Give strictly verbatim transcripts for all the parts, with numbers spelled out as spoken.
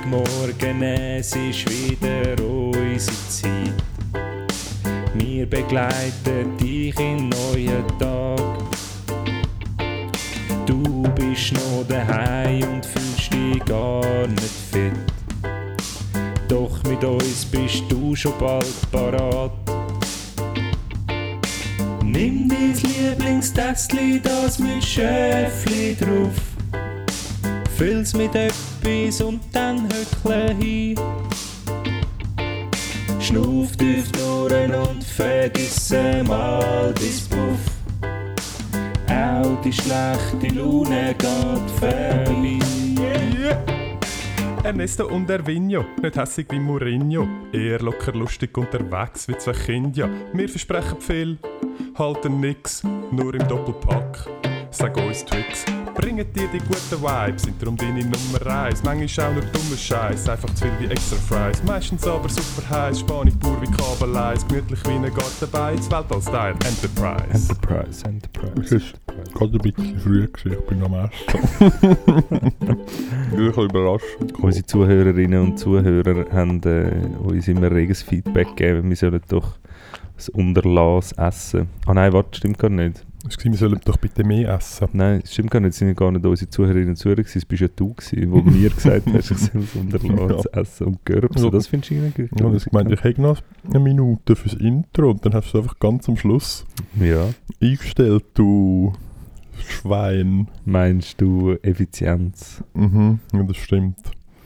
Montagmorgen, es ist wieder unsere Zeit. Wir begleiten dich in neuen Tag. Du bist noch daheim und fühlst dich gar nicht fit. Doch mit uns bist du schon bald parat. Nimm dein Lieblingstässchen, das mit Schäfli drauf. Füll's mit etwas und dann höckle hin. Schnuff tief durch und vergisse mal dein Puff. Auch die schlechte Laune geht vorbei. Yeah. Ernesto und Ervinho, nicht hässig wie Mourinho. Eher locker lustig unterwegs wie zwei Kinder. Wir versprechen viel, halten nix, nur im Doppelpack. Sag uns Tricks, bringen dir die guten Vibes, sind darum deine Nummer eins. Manchmal auch nur dummer Scheiß, einfach zu viel wie extra Fries. Meistens aber super heiß, Spanisch pur wie Kabeleis. Gemütlich wie ein Gartenbeiz, Weltall-Style, Enterprise. Enterprise, Enterprise. Es ist gerade ein bisschen früh gewesen, ich bin am Essen. Ich bin ein bisschen überrascht. Unsere Zuhörerinnen und Zuhörer haben äh, uns immer reges Feedback gegeben, wir sollen doch das Unterlass essen. Ah nein, warte, stimmt gar nicht. Es war, wir sollen doch bitte mehr essen. Nein, das stimmt gar nicht, es waren gar nicht unsere Zuhörerinnen und Zuhörer, es war ja du, gewesen, wo mir gesagt hast, ich soll das Unterlass Ja. essen und Gerbsen. Ja. Das findest du irgendwie gut. Ja, ich meinte, ich hätte noch eine Minute fürs Intro und dann hast du es einfach ganz am Schluss Ja. eingestellt, du Schwein. Meinst du Effizienz? Mhm, ja, das stimmt.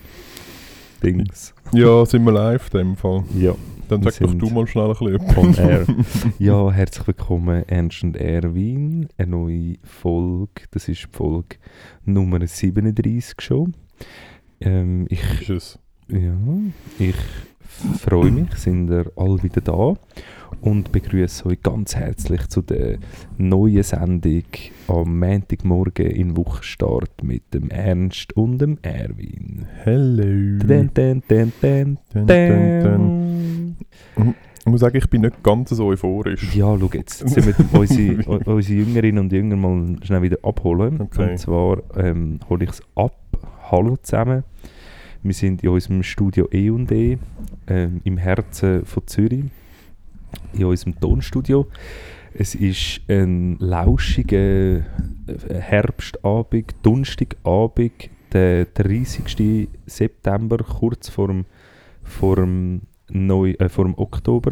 Dings. Ja, sind wir live in dem Fall. Ja. Dann Wir sag doch sind du mal schnell ein bisschen. On air. Ja, herzlich willkommen, Ernst und Erwin. Eine neue Folge. Das ist die Folge Nummer siebenunddreissig schon. Ähm, ich, Ist es. ja, ich freue mich, sind ihr alle wieder da und begrüße euch ganz herzlich zu der neuen Sendung am Montagmorgen in Wochenstart mit dem Ernst und dem Erwin. Hello. Den, den, den, den, Dun, dun, den. Ich muss sagen, ich bin nicht ganz so euphorisch. Ja, schau jetzt. Jetzt sind wir unsere, u- unsere Jüngerinnen und Jünger mal schnell wieder abholen. Okay. Und zwar ähm, hole ich es ab. Hallo zusammen. Wir sind in unserem Studio E und E ähm, im Herzen von Zürich. In unserem Tonstudio. Es ist ein lauschiger äh, Herbstabend, Donnerstagabend, der dreißigsten September, kurz vor dem, vor dem, Neu, äh, vor dem Oktober.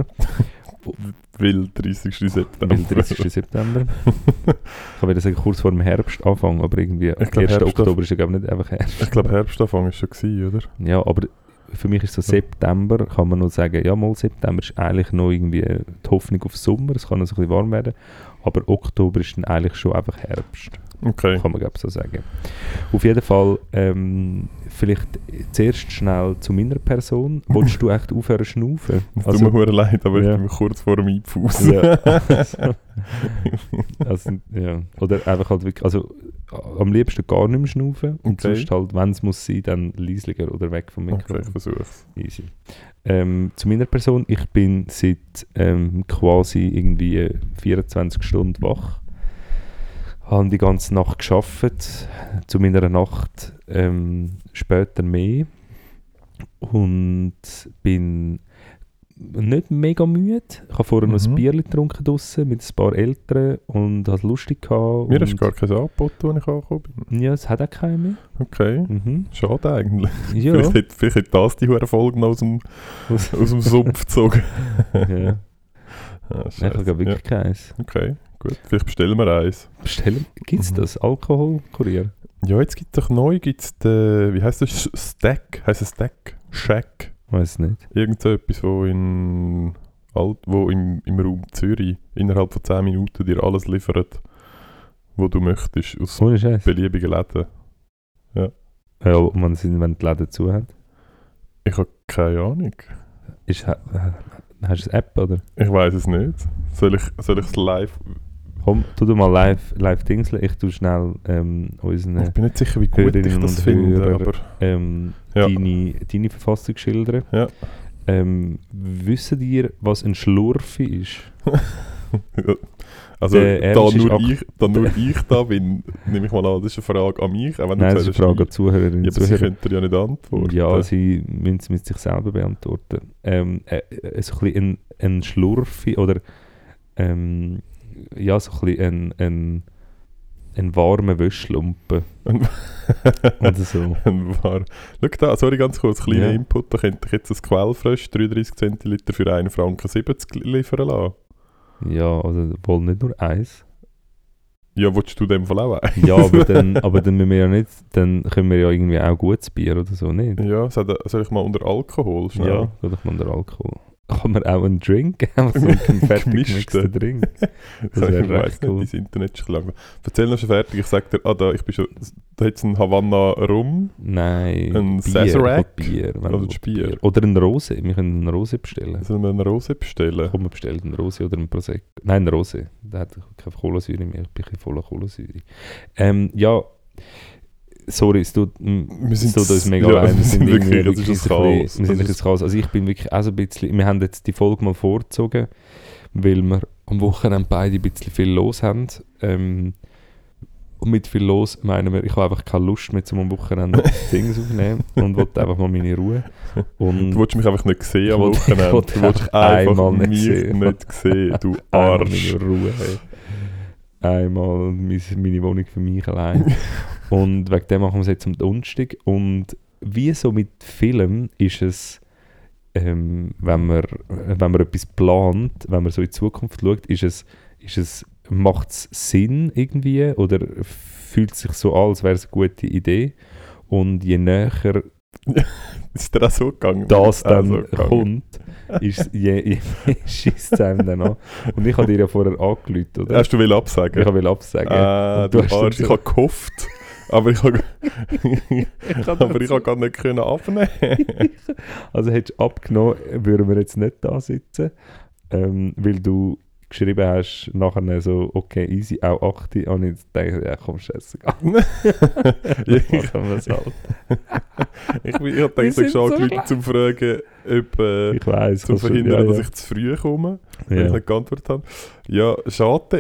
Weil dreißigsten September. Weil dreißigsten September. Ich kann wieder sagen, kurz vor dem Herbst anfangen, aber irgendwie Ich glaub, erster Herbst- Oktober ist ja glaube ich nicht einfach Herbst. Ich glaube, Herbstanfang war schon gewesen, oder? Ja, aber für mich ist so September, kann man noch sagen, ja mal September ist eigentlich noch irgendwie die Hoffnung auf Sommer, es kann noch so ein bisschen warm werden, aber Oktober ist dann eigentlich schon einfach Herbst. Okay. Kann man glaube ich so sagen. Auf jeden Fall, ähm, vielleicht zuerst schnell zu meiner Person. Wolltest du echt aufhören zu schnaufen? Es tut mir verdammt leid, aber ja. ich bin kurz vor dem Einfuß. Ja. also, ja. Oder einfach halt wirklich, also am liebsten gar nicht mehr schnaufen und Okay. sonst halt, wenn es muss sein, dann leislicher oder weg vom Mikro. Okay, ich versuch's. Easy. Ähm, zu meiner Person, ich bin seit ähm, quasi irgendwie vierundzwanzig Stunden wach. Habe die ganze Nacht gearbeitet, zu meiner Nacht ähm, später mehr und bin nicht mega müde. Ich habe vorher noch Mhm. ein Bier getrunken draussen mit ein paar Eltern und hatte es lustig gehabt. Mir und ist gar kein angeboten, als ich angekommen bin. Ja, es hat auch keinen mehr. Okay. Mhm. Schade eigentlich. Ja. Vielleicht hätte, vielleicht hätte das die hure Folge noch aus dem, aus dem Sumpf gezogen. ja. Ah, Ich habe Scheiße. wirklich keins. Ja, okay, gut. Vielleicht bestellen wir eins. Bestellen. Gibt es Mhm. das? Alkoholkurier? Ja, jetzt gibt es doch neu, gibt's den, wie heisst das? Stack? Heisst es Stack? Shack? Weiß nicht. Irgend so etwas, wo, in Alt, wo im, im Raum Zürich innerhalb von zehn Minuten dir alles liefert, was du möchtest, aus Ohne Scheiß. beliebigen Läden. Ja, und wenn, sie- wenn die Läden zu hat. Ich habe keine Ahnung. Ist, ha- ha- hast du eine App, oder? Ich weiß es nicht. Soll ich soll es live... Komm, tu du mal live, live Dingseln. Ich tu schnell ähm, unseren Ich bin nicht sicher, wie gut ich Hörerinnen das und finde, Hörer. aber... ähm, Ja. deine, deine Verfassung schildern. Ja. Ähm, wisst ihr, was ein Schlurfi ist? Also Der da Ernst ist nur, ak- ich, da nur ich da bin, nehme ich mal an, das ist eine Frage an mich. Auch wenn du Nein, das sagst, ist eine Frage an ich. Zuhörerinnen Ja, und aber sie Zuhörer. könnten ja nicht antworten. Ja, sie müssen es mit sich selber beantworten. Ähm, äh, äh, so ein bisschen ein, ein Schlurfi oder ähm, ja, so ein bisschen ein, ein, ein warmer Wäschlumpen. Oder so. War. Schau da, sorry, ganz kurz, kleiner Ja. Input. Da könnte ich jetzt ein Quellfresh dreiunddreißig Zentiliter für einen Franken siebzig liefern lassen. Ja, also wohl nicht nur eins. Ja, willst du in dem Fall auch ein? Ja, aber dann, aber dann müssen wir ja nicht, dann können wir ja irgendwie auch gutes Bier oder so, nicht? Ja, soll soll ich mal unter Alkohol schnell? Ja, da doch man den Alkohol. Kann man auch einen Drink geben? So einen fertig Gemischten. gemixten Drink. Das ich wäre weiss recht nicht, cool. dein Internet ist ein bisschen langsam. Erzähl noch schon fertig, ich sag dir, ah da, ich bin schon, da hat es einen Havanna Rum, Nein, Ein Bier, Sazerac? Bier, wenn Oder du das Bier? Oder ein Rosé, wir können einen Rosé bestellen. sollen wir eine Rose bestellen? Komm, wir bestellen einen Rosé oder einen Prosecco. Nein, einen Rosé, der hat keine Kohlensäure mehr, ich bin ein bisschen voller Kohlensäure. Ähm, ja, sorry, es tut, m- Wir es sind tut uns mega ja, leid, wir wir sind sind irgendwie wirklich- das wirklich ist ein ein bisschen, Chaos. wir sind Das ein ist- bisschen Chaos. Also ich bin wirklich auch so ein bisschen, wir haben jetzt die Folge mal vorgezogen, weil wir am Wochenende beide ein bisschen viel los haben. Ähm, und mit viel los meinen wir, ich habe einfach keine Lust mehr, zum am Wochenende Dinge aufzunehmen und wollte einfach mal meine Ruhe. Und Du willst mich einfach nicht sehen Ich am wollte- Wochenende. ich wollte Du willst einmal einfach nicht mich sehen. nicht sehen, du einmal Arsch. meine Ruhe. Hey. Einmal meine, meine Wohnung für mich allein. Und wegen dem machen wir es jetzt am Donnerstag. Und wie so mit Film ist es, ähm, wenn, man, wenn man etwas plant, wenn man so in die Zukunft schaut, ist es, ist es, macht es Sinn irgendwie oder fühlt es sich so an, als wäre es eine gute Idee. Und je näher Ist dir auch so gegangen? das Auch dann so gegangen. kommt, ist, je, je mehr schießt es einem dann an. Und ich habe dir ja vorher angerufen, oder? Hast du will absagen? Ich wollte absagen. Ah, Und du hast dann Arsch, ich so- habe gehofft. Aber ich habe Ich aber ich habe gar nicht können abnehmen. Also hättest du abgenommen, würden wir jetzt nicht da sitzen. Ähm, weil du geschrieben hast, nachher so, okay, easy, auch achte. Und ich dachte, ja komm, scheißegal. ich Machen wir es halt. ich, bin- ich habe Wir gedacht, sind ich so schaue Leute schlecht. zum Fragen, ob äh, Ich weiss. zu kannst du- verhindern, ja, dass ja. ich zu früh komme, weil ich Ja. nicht geantwortet habe. Ja, schade.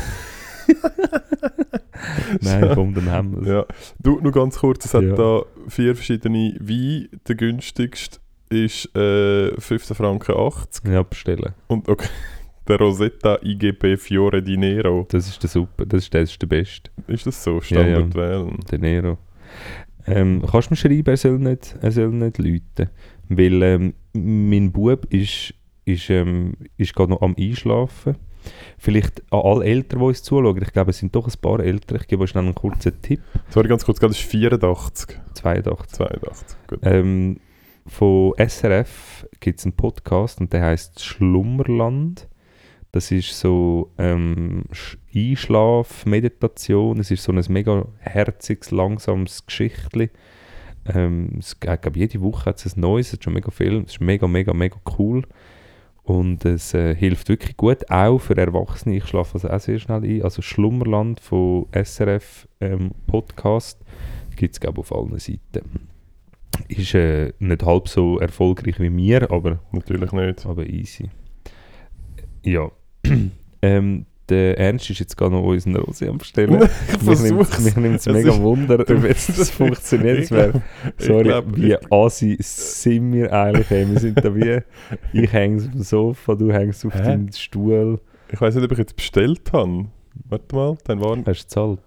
Nein, komm, dann haben wir es. Ja. Du, nur ganz kurz, es hat Ja. da vier verschiedene Weine. Der günstigste ist äh, fünfzehn Franken achtzig. Ja, bestellen. Und okay, der Rosetta I G P Fiore di Nero. Das ist der super, das ist, das ist der Beste. Ist das so? Ja, Standard ja. wählen? Der Nero. Ähm, kannst du mir schreiben, er soll nicht, er soll nicht läuten? Weil ähm, mein Bub ist, ist, ähm, ist gerade noch am Einschlafen. Vielleicht an alle Eltern, die uns zuschauen. Ich glaube, es sind doch ein paar Eltern. Ich gebe euch schnell einen kurzen Tipp. Sorry, ganz kurz, das ist vierundachtzig. zweiundachtzig. zweiundachtzig. Gut. Ähm, von S R F gibt es einen Podcast und der heißt Schlummerland. Das ist so ähm, Sch- Einschlaf, Meditation. Es ist so ein mega herziges, langsames Geschichtli. Ähm, es, ich glaube, jede Woche hat es ein neues, es hat schon mega viel. Es ist mega, mega, mega cool. Und es äh, hilft wirklich gut, auch für Erwachsene. Ich schlafe also auch sehr schnell ein. Also Schlummerland von S R F ähm, Podcast gibt es, glaube ich, auf allen Seiten. Ist äh, nicht halb so erfolgreich wie mir, aber, Natürlich nicht. aber easy. Ja. ähm, der Ernst ist jetzt gerade noch unseren Rosé am Bestellen. Ich Mich nimmt versuch's. mich nimmt's Es mega ist- Wunder, du- ob jetzt das funktioniert. Ich Es wär, glaub- ich sorry, glaub, wie ich- assi sind wir eigentlich? Hey, wir sind da wie, ich hänge auf dem Sofa, du hängst auf Hä? deinem Stuhl. Ich weiß nicht, ob ich jetzt bestellt habe. Warte mal, dann waren. Hast du gezahlt?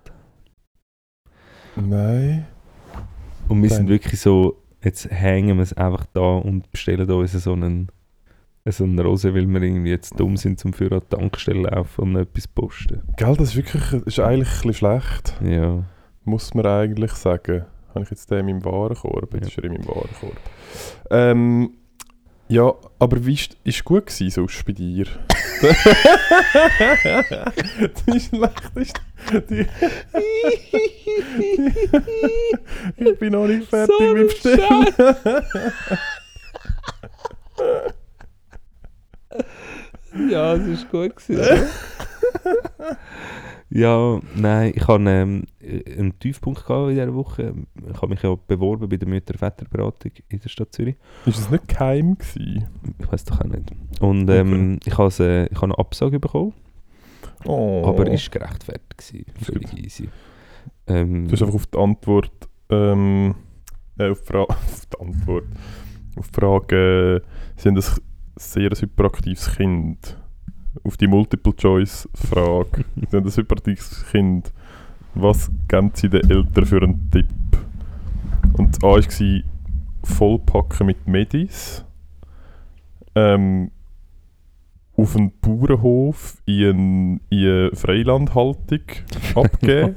Nein. Und wir Nein. sind wirklich so, jetzt hängen wir es einfach da und bestellen uns so einen, so einen Rose, weil wir irgendwie jetzt dumm sind, zum für an die Tankstelle laufen und noch etwas posten. Gell, das ist wirklich, das ist eigentlich ein bisschen schlecht. Ja. Muss man eigentlich sagen. Habe ich jetzt den in meinem Warenkorb? Jetzt Ja. ist er in meinem Warenkorb. Ähm, ja, aber wie ist es gut gewesen sonst bei dir? Die schlechteste... Die ich bin noch nicht fertig So mit ein Bestellen. Ja, es ist gut gewesen. Ja, nein, ich hatte ähm, einen Tiefpunkt gehabt in dieser Woche. Ich habe mich ja beworben bei der Mütter-Väter-Beratung in der Stadt Zürich. Ist es nicht geheim gewesen? Ich weiß doch auch nicht. Und ähm, ich habe äh, ich habe eine Absage bekommen. Oh. Aber ist gerechtfertigt gewesen. Völlig easy. Ähm, Du hast einfach auf die Antwort, ähm, äh, auf, die Fra- auf die Antwort, auf die Frage, äh, sie haben ein sehr hyperaktives Kind. Auf die Multiple-Choice-Frage, sie haben ein hyperaktives Kind. Was geben sie den Eltern für einen Tipp? Und das A war vollpacken mit Medis, ähm, auf einen Bauernhof in, ein, in eine Freilandhaltung abgeben,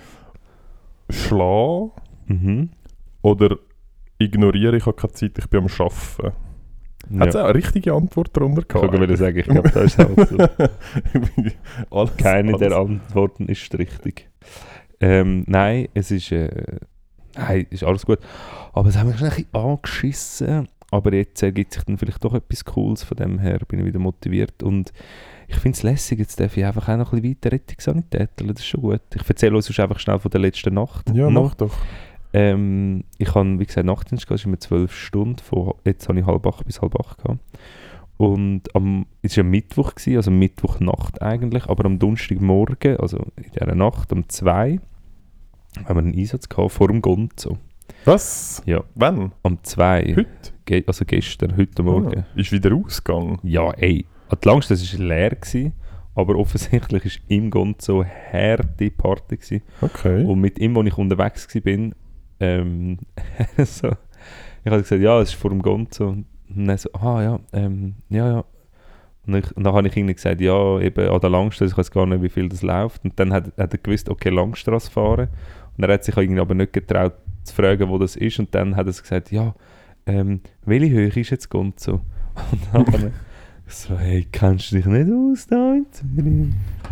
schlagen mhm. oder ignorieren, ich habe keine Zeit, ich bin am Arbeiten. Hat es Ja. auch eine richtige Antwort darunter Ich wollte gehabt? sagen, ich glaube, das ist auch so. alles, Keine alles. der Antworten ist richtig. Ähm, nein, es ist, äh, nein, ist alles gut. Aber es haben mich schon ein bisschen angeschissen. Aber jetzt ergibt sich dann vielleicht doch etwas Cooles. Von dem her bin ich wieder motiviert. Und ich finde es lässig, jetzt darf ich einfach auch noch ein bisschen weiter Rettungssanitäter. Das ist schon gut. Ich erzähle uns einfach schnell von der letzten Nacht. Ja, noch. mach doch. Ähm, ich habe, wie gesagt, Nachtdienst gehabt, es ist immer zwölf Stunden, von, jetzt habe ich halb acht bis halb acht gehabt. Und am, es war ein Mittwoch, gewesen, also Mittwochnacht eigentlich, aber am Donnerstagmorgen, also in dieser Nacht um zwei, haben wir einen Einsatz gehabt, vor dem Gonzo. Was? Ja, Wann? um zwei, Heute? ge- also gestern, heute Morgen. Ah, ist wieder ausgegangen. Ja, ey, die Langstrasse war leer, gewesen, aber offensichtlich war im Gonzo harte Party gewesen. Okay. Und mit ihm, als ich unterwegs war, ähm, so, ich habe gesagt, ja, es ist vor dem Gonzo. Und dann so, ah ja, ähm, ja, ja. Und, ich, und dann habe ich ihm gesagt, ja, eben an der Langstrasse, ich weiß gar nicht, wie viel das läuft. Und dann hat, hat er gewusst, okay, Langstrasse fahren. Und er hat sich irgendwie aber nicht getraut zu fragen, wo das ist. Und dann hat er gesagt, ja, ähm, welche Höhe ist jetzt Gonzo? Und dann habe ich so, hey, kennst du dich nicht aus da in Zürich?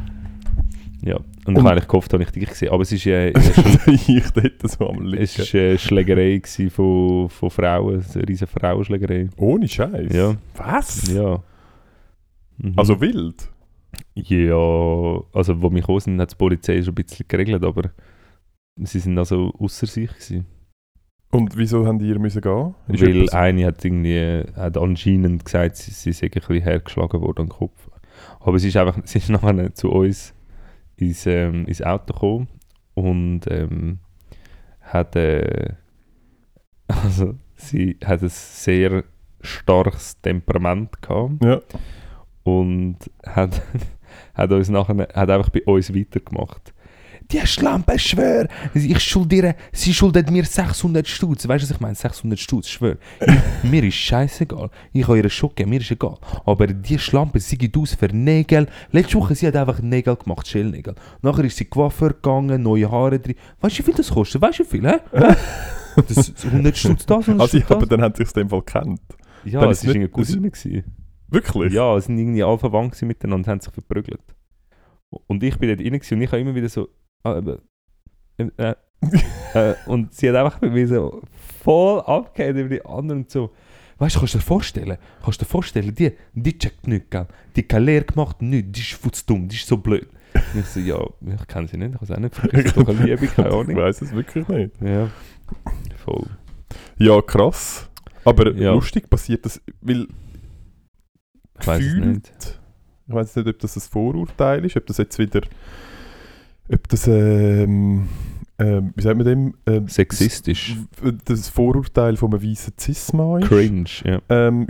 Ja, und ich Und- habe eigentlich gehofft, habe ich dich gesehen. Aber es ist äh, es ist ich dort so am Liegen. Es war eine Schlägerei gewesen von, von Frauen, eine riesige Frauenschlägerei. Ohne Scheiß. Ja. Was? Ja. Mhm. Also wild? Ja, also wo wir gekommen sind, hat die Polizei schon ein bisschen geregelt, aber sie sind also ausser sich gewesen. Und wieso haben die ihr müssen gehen? Ist Weil etwas- eine hat irgendwie, hat anscheinend gesagt, sie, sie sei ein bisschen hergeschlagen worden am Kopf. Aber sie ist einfach, sie ist nachher zu uns ins, ähm, ins Auto gekommen und ähm, hat, äh, also sie hat ein sehr starkes Temperament gehabt Ja. und hat, hat uns nachher, hat einfach bei uns weitergemacht. Die Schlampe, ich schwöre, ich schuldiere, sie schuldet mir sechshundert Stutz. Weißt du, was ich meine? sechshundert Stutz, ich schwöre. Ich, mir ist scheißegal. Ich habe ihr Schock gegeben, mir ist egal. Aber die Schlampe, sie geht aus für Nägel. Letzte Woche, sie hat einfach Nägel gemacht, Schellnägel. Nachher ist sie Coiffeur gegangen, neue Haare drin. Weißt du, wie viel das kostet? Weißt du, wie viel, hä? Das ist hundert Stutz das, hundert Also, Stutz ja, aber das. dann haben sie sich in dem Fall gekannt. Ja, dann es ist war nicht- eine Cousine. gewesen. Wirklich? Ja, es sind irgendwie alle verwandt gewesen miteinander und haben sich verprügelt. Und ich bin dort rein gewesen und ich habe immer wieder so... Ah, äh, äh, äh, und sie hat einfach mit mir so voll abgehört über die anderen und so. Weißt du, kannst du dir vorstellen, kannst du dir vorstellen, die, die checkt nichts, gell? Die hat keine Lehre gemacht, nichts, die ist futz dumm, die ist so blöd. Und ich so, ja, ich kenne sie nicht, ich kann es auch nicht vergessen, doch eine Liebe, keine Ich Ahnung. weiss es wirklich nicht. Ja, voll. Ja, krass. Aber Ja. lustig passiert das, weil Ich weiss es gefühlt- nicht. ich weiß nicht, ob das ein Vorurteil ist, ob das jetzt wieder, ob das, ähm, ähm, wie sagt man dem? Ähm, Sexistisch. Das, das Vorurteil von einem weißen Cis-Mann ist. Cringe, ja. Ähm,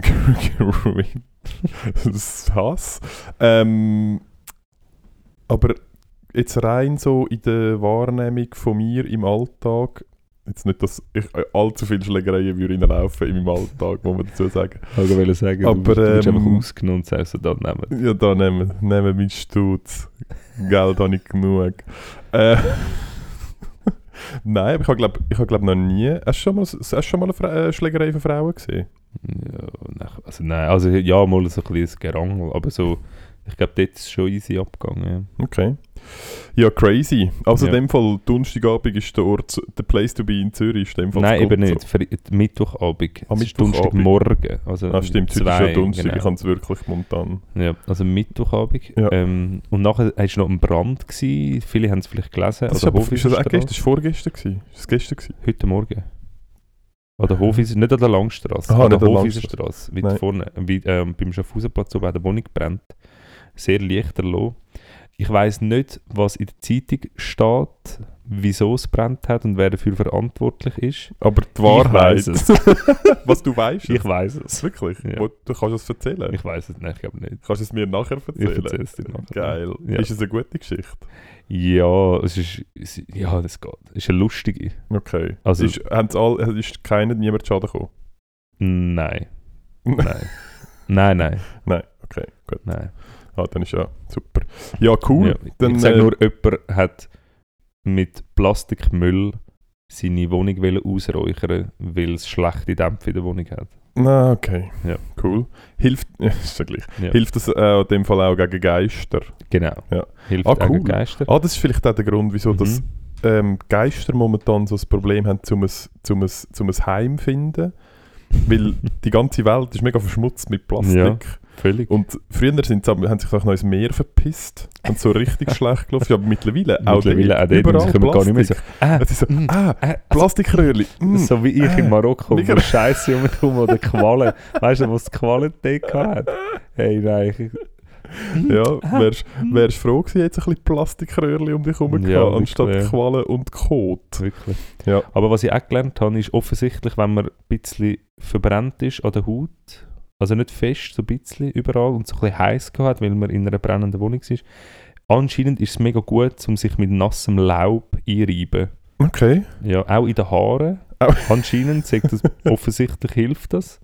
das ist Hass. Ähm, aber jetzt rein so in der Wahrnehmung von mir im Alltag, jetzt nicht, dass ich äh, allzu viele Schlägereien würde reinlaufen in meinem Alltag, muss man dazu sagen. Ich wollte sagen, Aber, du bist ähm, einfach ausgenommen und sagst, so, da nehmen. Ja, da nehmen, nehmen meinen Stutz. Geld habe ich genug. Äh, Nein, aber ich habe glaube ich hab, glaub, noch nie... Hast du schon mal, hast du schon mal eine Fra äh, Schlägerei von Frauen gesehen? Ja, nach, also nein, also ja, mal so ein bisschen ein Gerangel, aber so, ich glaube, dort ist es schon easy abgegangen. Okay. Ja, crazy. Also Ja. in dem Fall, Donnerstagabend ist der Ort, der Place to be in Zürich. Ist in dem Fall Nein, das eben Gonzo. nicht, Fre- Mittwochabend. Ah, Es ist Mittwochabend. Donnerstagmorgen. Also Ah, stimmt, heute ist zwei, ja Donnerstag, genau. ich habe es wirklich momentan. Ja, also Mittwochabend. Ja. Ähm, und nachher war noch ein Brand. Gewesen. Viele haben es vielleicht gelesen. Das ist, an der aber, ist das auch Hofwieserstraße. gestern? Das war vorgestern? Gewesen? Ist das gestern? Gewesen? Heute Morgen. An der Hofwieser, nicht an der Langstrasse, Aha, an der nicht an der Hofwieserstraße. Weit Nein. vorne, wie, ähm, beim Schaffhausenplatz oben an der Wohnung brennt. Sehr lichterloh. Ich weiss nicht, was in der Zeitung steht, wieso es brennt hat und wer dafür verantwortlich ist. Aber die Wahrheit, Ich weiss es. was du weißt, Ich weiss es. wirklich? Ja. Wo, du kannst es erzählen? Ich weiss es nicht, ich glaube nicht. Kannst du es mir nachher erzählen? Ich erzähle es dir nachher. Geil. Ja. Ist es eine gute Geschichte? Ja, es ist, es, ja, das geht. Es ist eine lustige. Okay. Also- ist, haben's all, ist keiner, niemand Schaden gekommen? Nein. Nein. nein, nein, Nein, okay, gut. nein. Ah, dann ist ja super. Ja, cool. Ja, Dann, ich sage äh, nur, jemand hat mit Plastikmüll seine Wohnung wollen ausräuchern, weil es schlechte Dämpfe in der Wohnung hat. Na, okay. Ja. Cool. Hilft, ja, ist ja gleich. Ja. Hilft das äh, in dem Fall auch gegen Geister? Genau. Ja. Hilft Ah, auch cool. gegen Geister. Ah, das ist vielleicht auch der Grund, wieso Mhm. das ähm, Geister momentan so ein Problem haben, um ein, um ein, um ein Heim zu finden. Weil die ganze Welt ist mega verschmutzt mit Plastik. Ja. Völlig. Und früher sind sie, aber- haben sich auch noch ins Meer verpisst und so richtig schlecht gelaufen. Aber mittlerweile, auch Mittlerweile auch dort, dort, überall können wir gar nicht mehr Plastik. sagen. Ah, Es ist so, mm, ah, äh, also, Plastikröhrchen. Mm. so wie ich äh, in Marokko, Nigger. wo Scheiße rumkomme oder Qualen. Weißt du, was die Qualendecke hat? Hey, nein. Ich, Ja, wärst wärst froh gewesen, jetzt ein bisschen Plastikröhrchen um dich herum Ja, gehabt, wirklich, anstatt ja. Qualen und Kot. Wirklich. Ja. Aber was ich auch gelernt habe, ist offensichtlich, wenn man ein bisschen verbrannt ist an der Haut, also nicht fest, so ein bisschen überall und so ein bisschen heiß gehabt, weil man in einer brennenden Wohnung ist, anscheinend ist es mega gut, um sich mit nassem Laub einreiben. Okay. Ja, auch in den Haaren. Au. Anscheinend sagt das, offensichtlich hilft das.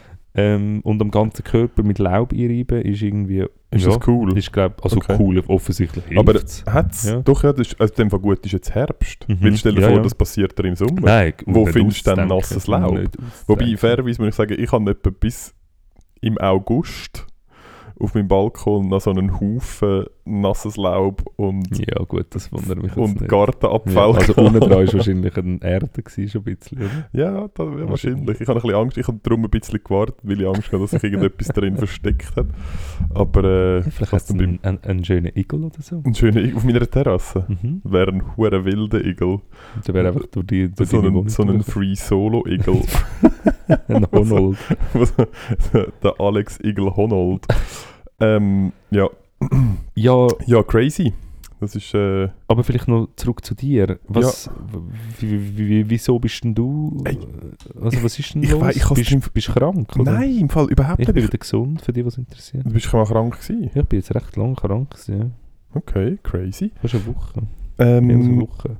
Ähm, und am ganzen Körper mit Laub einreiben ist irgendwie... Ist ja, das cool? Ist, glaub, also Okay. cool, offensichtlich hilft Aber es. hat's Ja. doch, ja, das ist, also in dem Fall gut ist jetzt Herbst. Mhm. Weil stell dir Ja, vor, ja. das passiert dir im Sommer. Nein, Wo nicht findest du denn ausdenken, nasses Laub? nicht Wobei, ausdenken. fairerweise muss ich sagen, ich habe etwa bis im August auf meinem Balkon noch so einen Haufen nasses Laub und, Ja gut, das wundert mich jetzt und nicht. Gartenabfall. Ja, also gehabt. unten dran war wahrscheinlich eine Erde gewesen, schon ein bisschen, oder? Ja, da, ja, wahrscheinlich. Ich habe ein bisschen Angst. Ich habe darum ein bisschen gewartet, weil ich Angst hatte, dass sich irgendetwas drin versteckt hat. Aber äh, Vielleicht was hat es dann beim- einen, einen, einen schönen Igel oder so. ein schöner Igel auf meiner Terrasse Mhm. wäre ein hure wilder Igel. Der wäre einfach durch die durch So deine ein, Wohnung so ein durch. Free-Solo-Igel. Ein Honold. Der Alex Igel Honold. ähm, ja. Ja, ja, crazy. Das ist. Äh, aber vielleicht noch zurück zu dir. Was, wie, wie, wie, wieso bist denn du... Ey, Also was ist denn ich los? wei- ich kann's bist, im- bist du krank, oder? nein, im Fall überhaupt Ich bin nicht. wieder gesund, für die, was interessiert. Du bist mal krank gewesen. Ja, ich bin jetzt recht lang krank gewesen, ja. Okay, crazy. Fast eine Woche. Mehr als eine Ähm, Woche.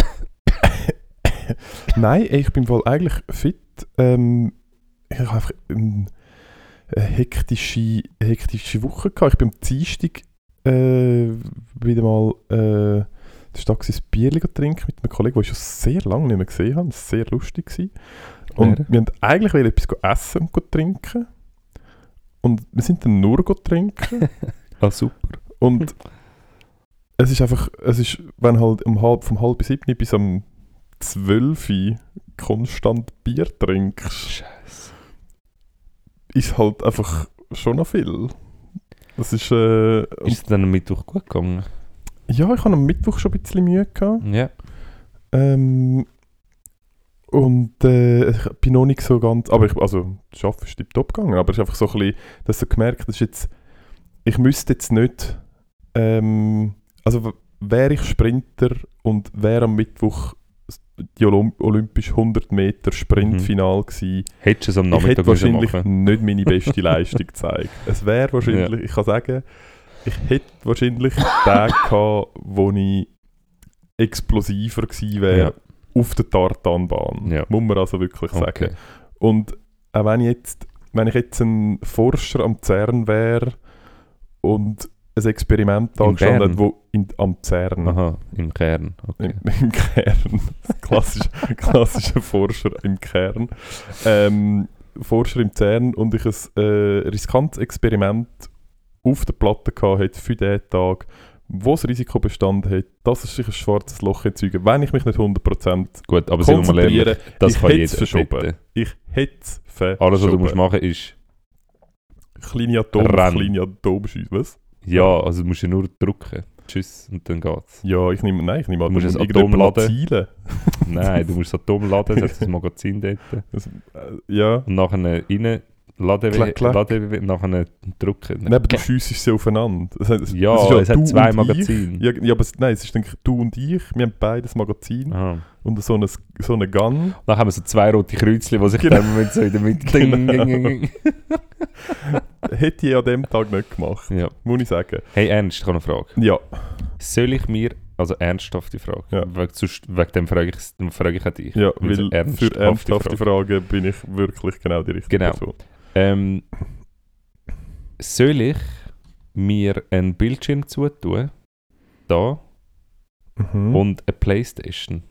nein, ey, ich bin wohl eigentlich fit. Ähm, ich habe einfach ähm, eine hektische, hektische Woche gehabt. Ich bin am Dienstag äh, wieder mal äh, das war da gewesen, ein Bierchen trinken mit einem Kollegen, den ich schon sehr lange nicht mehr gesehen habe. Das war sehr lustig gewesen. Und Wer? wir wollten eigentlich wollen etwas essen und go trinken. Und wir sind dann nur go trinken. Ah, super. Und es ist einfach, es ist, wenn halt um halb, vom halb sieben bis am zwölf konstant Bier trinkst, Scheiße. ist halt einfach schon noch viel. Das ist, äh, Ist es dann am Mittwoch gut gegangen? ja, ich hatte am Mittwoch schon ein bisschen Mühe gehabt. Ja. Ähm, und äh, ich bin noch nicht so ganz, aber ich, also das Arbeiten ist tiptop gegangen, aber es ist einfach so ein bisschen, dass du gemerkt hast, jetzt, ich müsste jetzt nicht, ähm, also w- wäre ich Sprinter und wäre am Mittwoch die Olymp olympische hundert Meter Sprintfinal gewesen, Hättest du es am ich Nachmittag hätte wahrscheinlich machen nicht meine beste Leistung gezeigt. Es wäre wahrscheinlich, ich kann sagen, ich hätte wahrscheinlich Tage gehabt, wo ich explosiver gewesen wäre Ja. auf der Tartanbahn. Ja. Muss man also wirklich sagen. Okay. Und auch wenn ich jetzt, wenn ich jetzt ein Forscher am CERN wäre und ein Experiment Im angestanden Bern? hat, wo in, am CERN, Aha, im Kern. Okay. im, im Kern, klassisch, klassischer Forscher im Kern, ähm, Forscher im CERN und ich ein äh, riskantes Experiment auf der Platte gehabt hätte für diesen Tag, wo das Risiko bestanden hat, dass es sich ein schwarzes Loch erzeugen, wenn ich mich nicht hundert Prozent Gut, aber sind wir mal ehrlich, konzentriere. das ich kann hätte jeder es verschoben. wetten. Ich hätte es verschoben. Alles, was du musst machen ist, Kleine Atom, Rennen. kleine Atomschüsse, was? ja, also du musst ja nur drücken. Tschüss, und dann geht's. Ja, ich nehme, nein, ich nehme an, Du musst musst ein irgendjemand Atom laden. zielen. Nein, du musst das Atom laden, das hat das Magazin dort. Das, äh, ja, Und nachher rein, Lade Klack, klack. Lade nachher drücken. Nein, aber du schiessest sie aufeinander. Es hat, Ja, es, ist es hat du zwei und Magazine. Ich. Ja, ja, aber es, nein, es ist denke ich, du und ich. Wir haben beides Magazin Aha. und so eine, so eine Gun. Dann haben wir so zwei rote Kreuzchen, die sich Genau. dann mit so in der Mitte... Genau. Hätte ich an dem Tag nicht gemacht, Ja. muss ich sagen. Hey Ernst, ich habe eine Frage. Ja, Soll ich mir... Also ernsthafte Frage. Ja. Wegen, sonst, wegen dem frage ich, dann frage ich auch dich. ja Weil es weil eine für ernsthafte Fragen bin ich wirklich genau die richtige Genau. Person. Ähm, soll ich mir einen Bildschirm zutun, da, Mhm. und eine Playstation?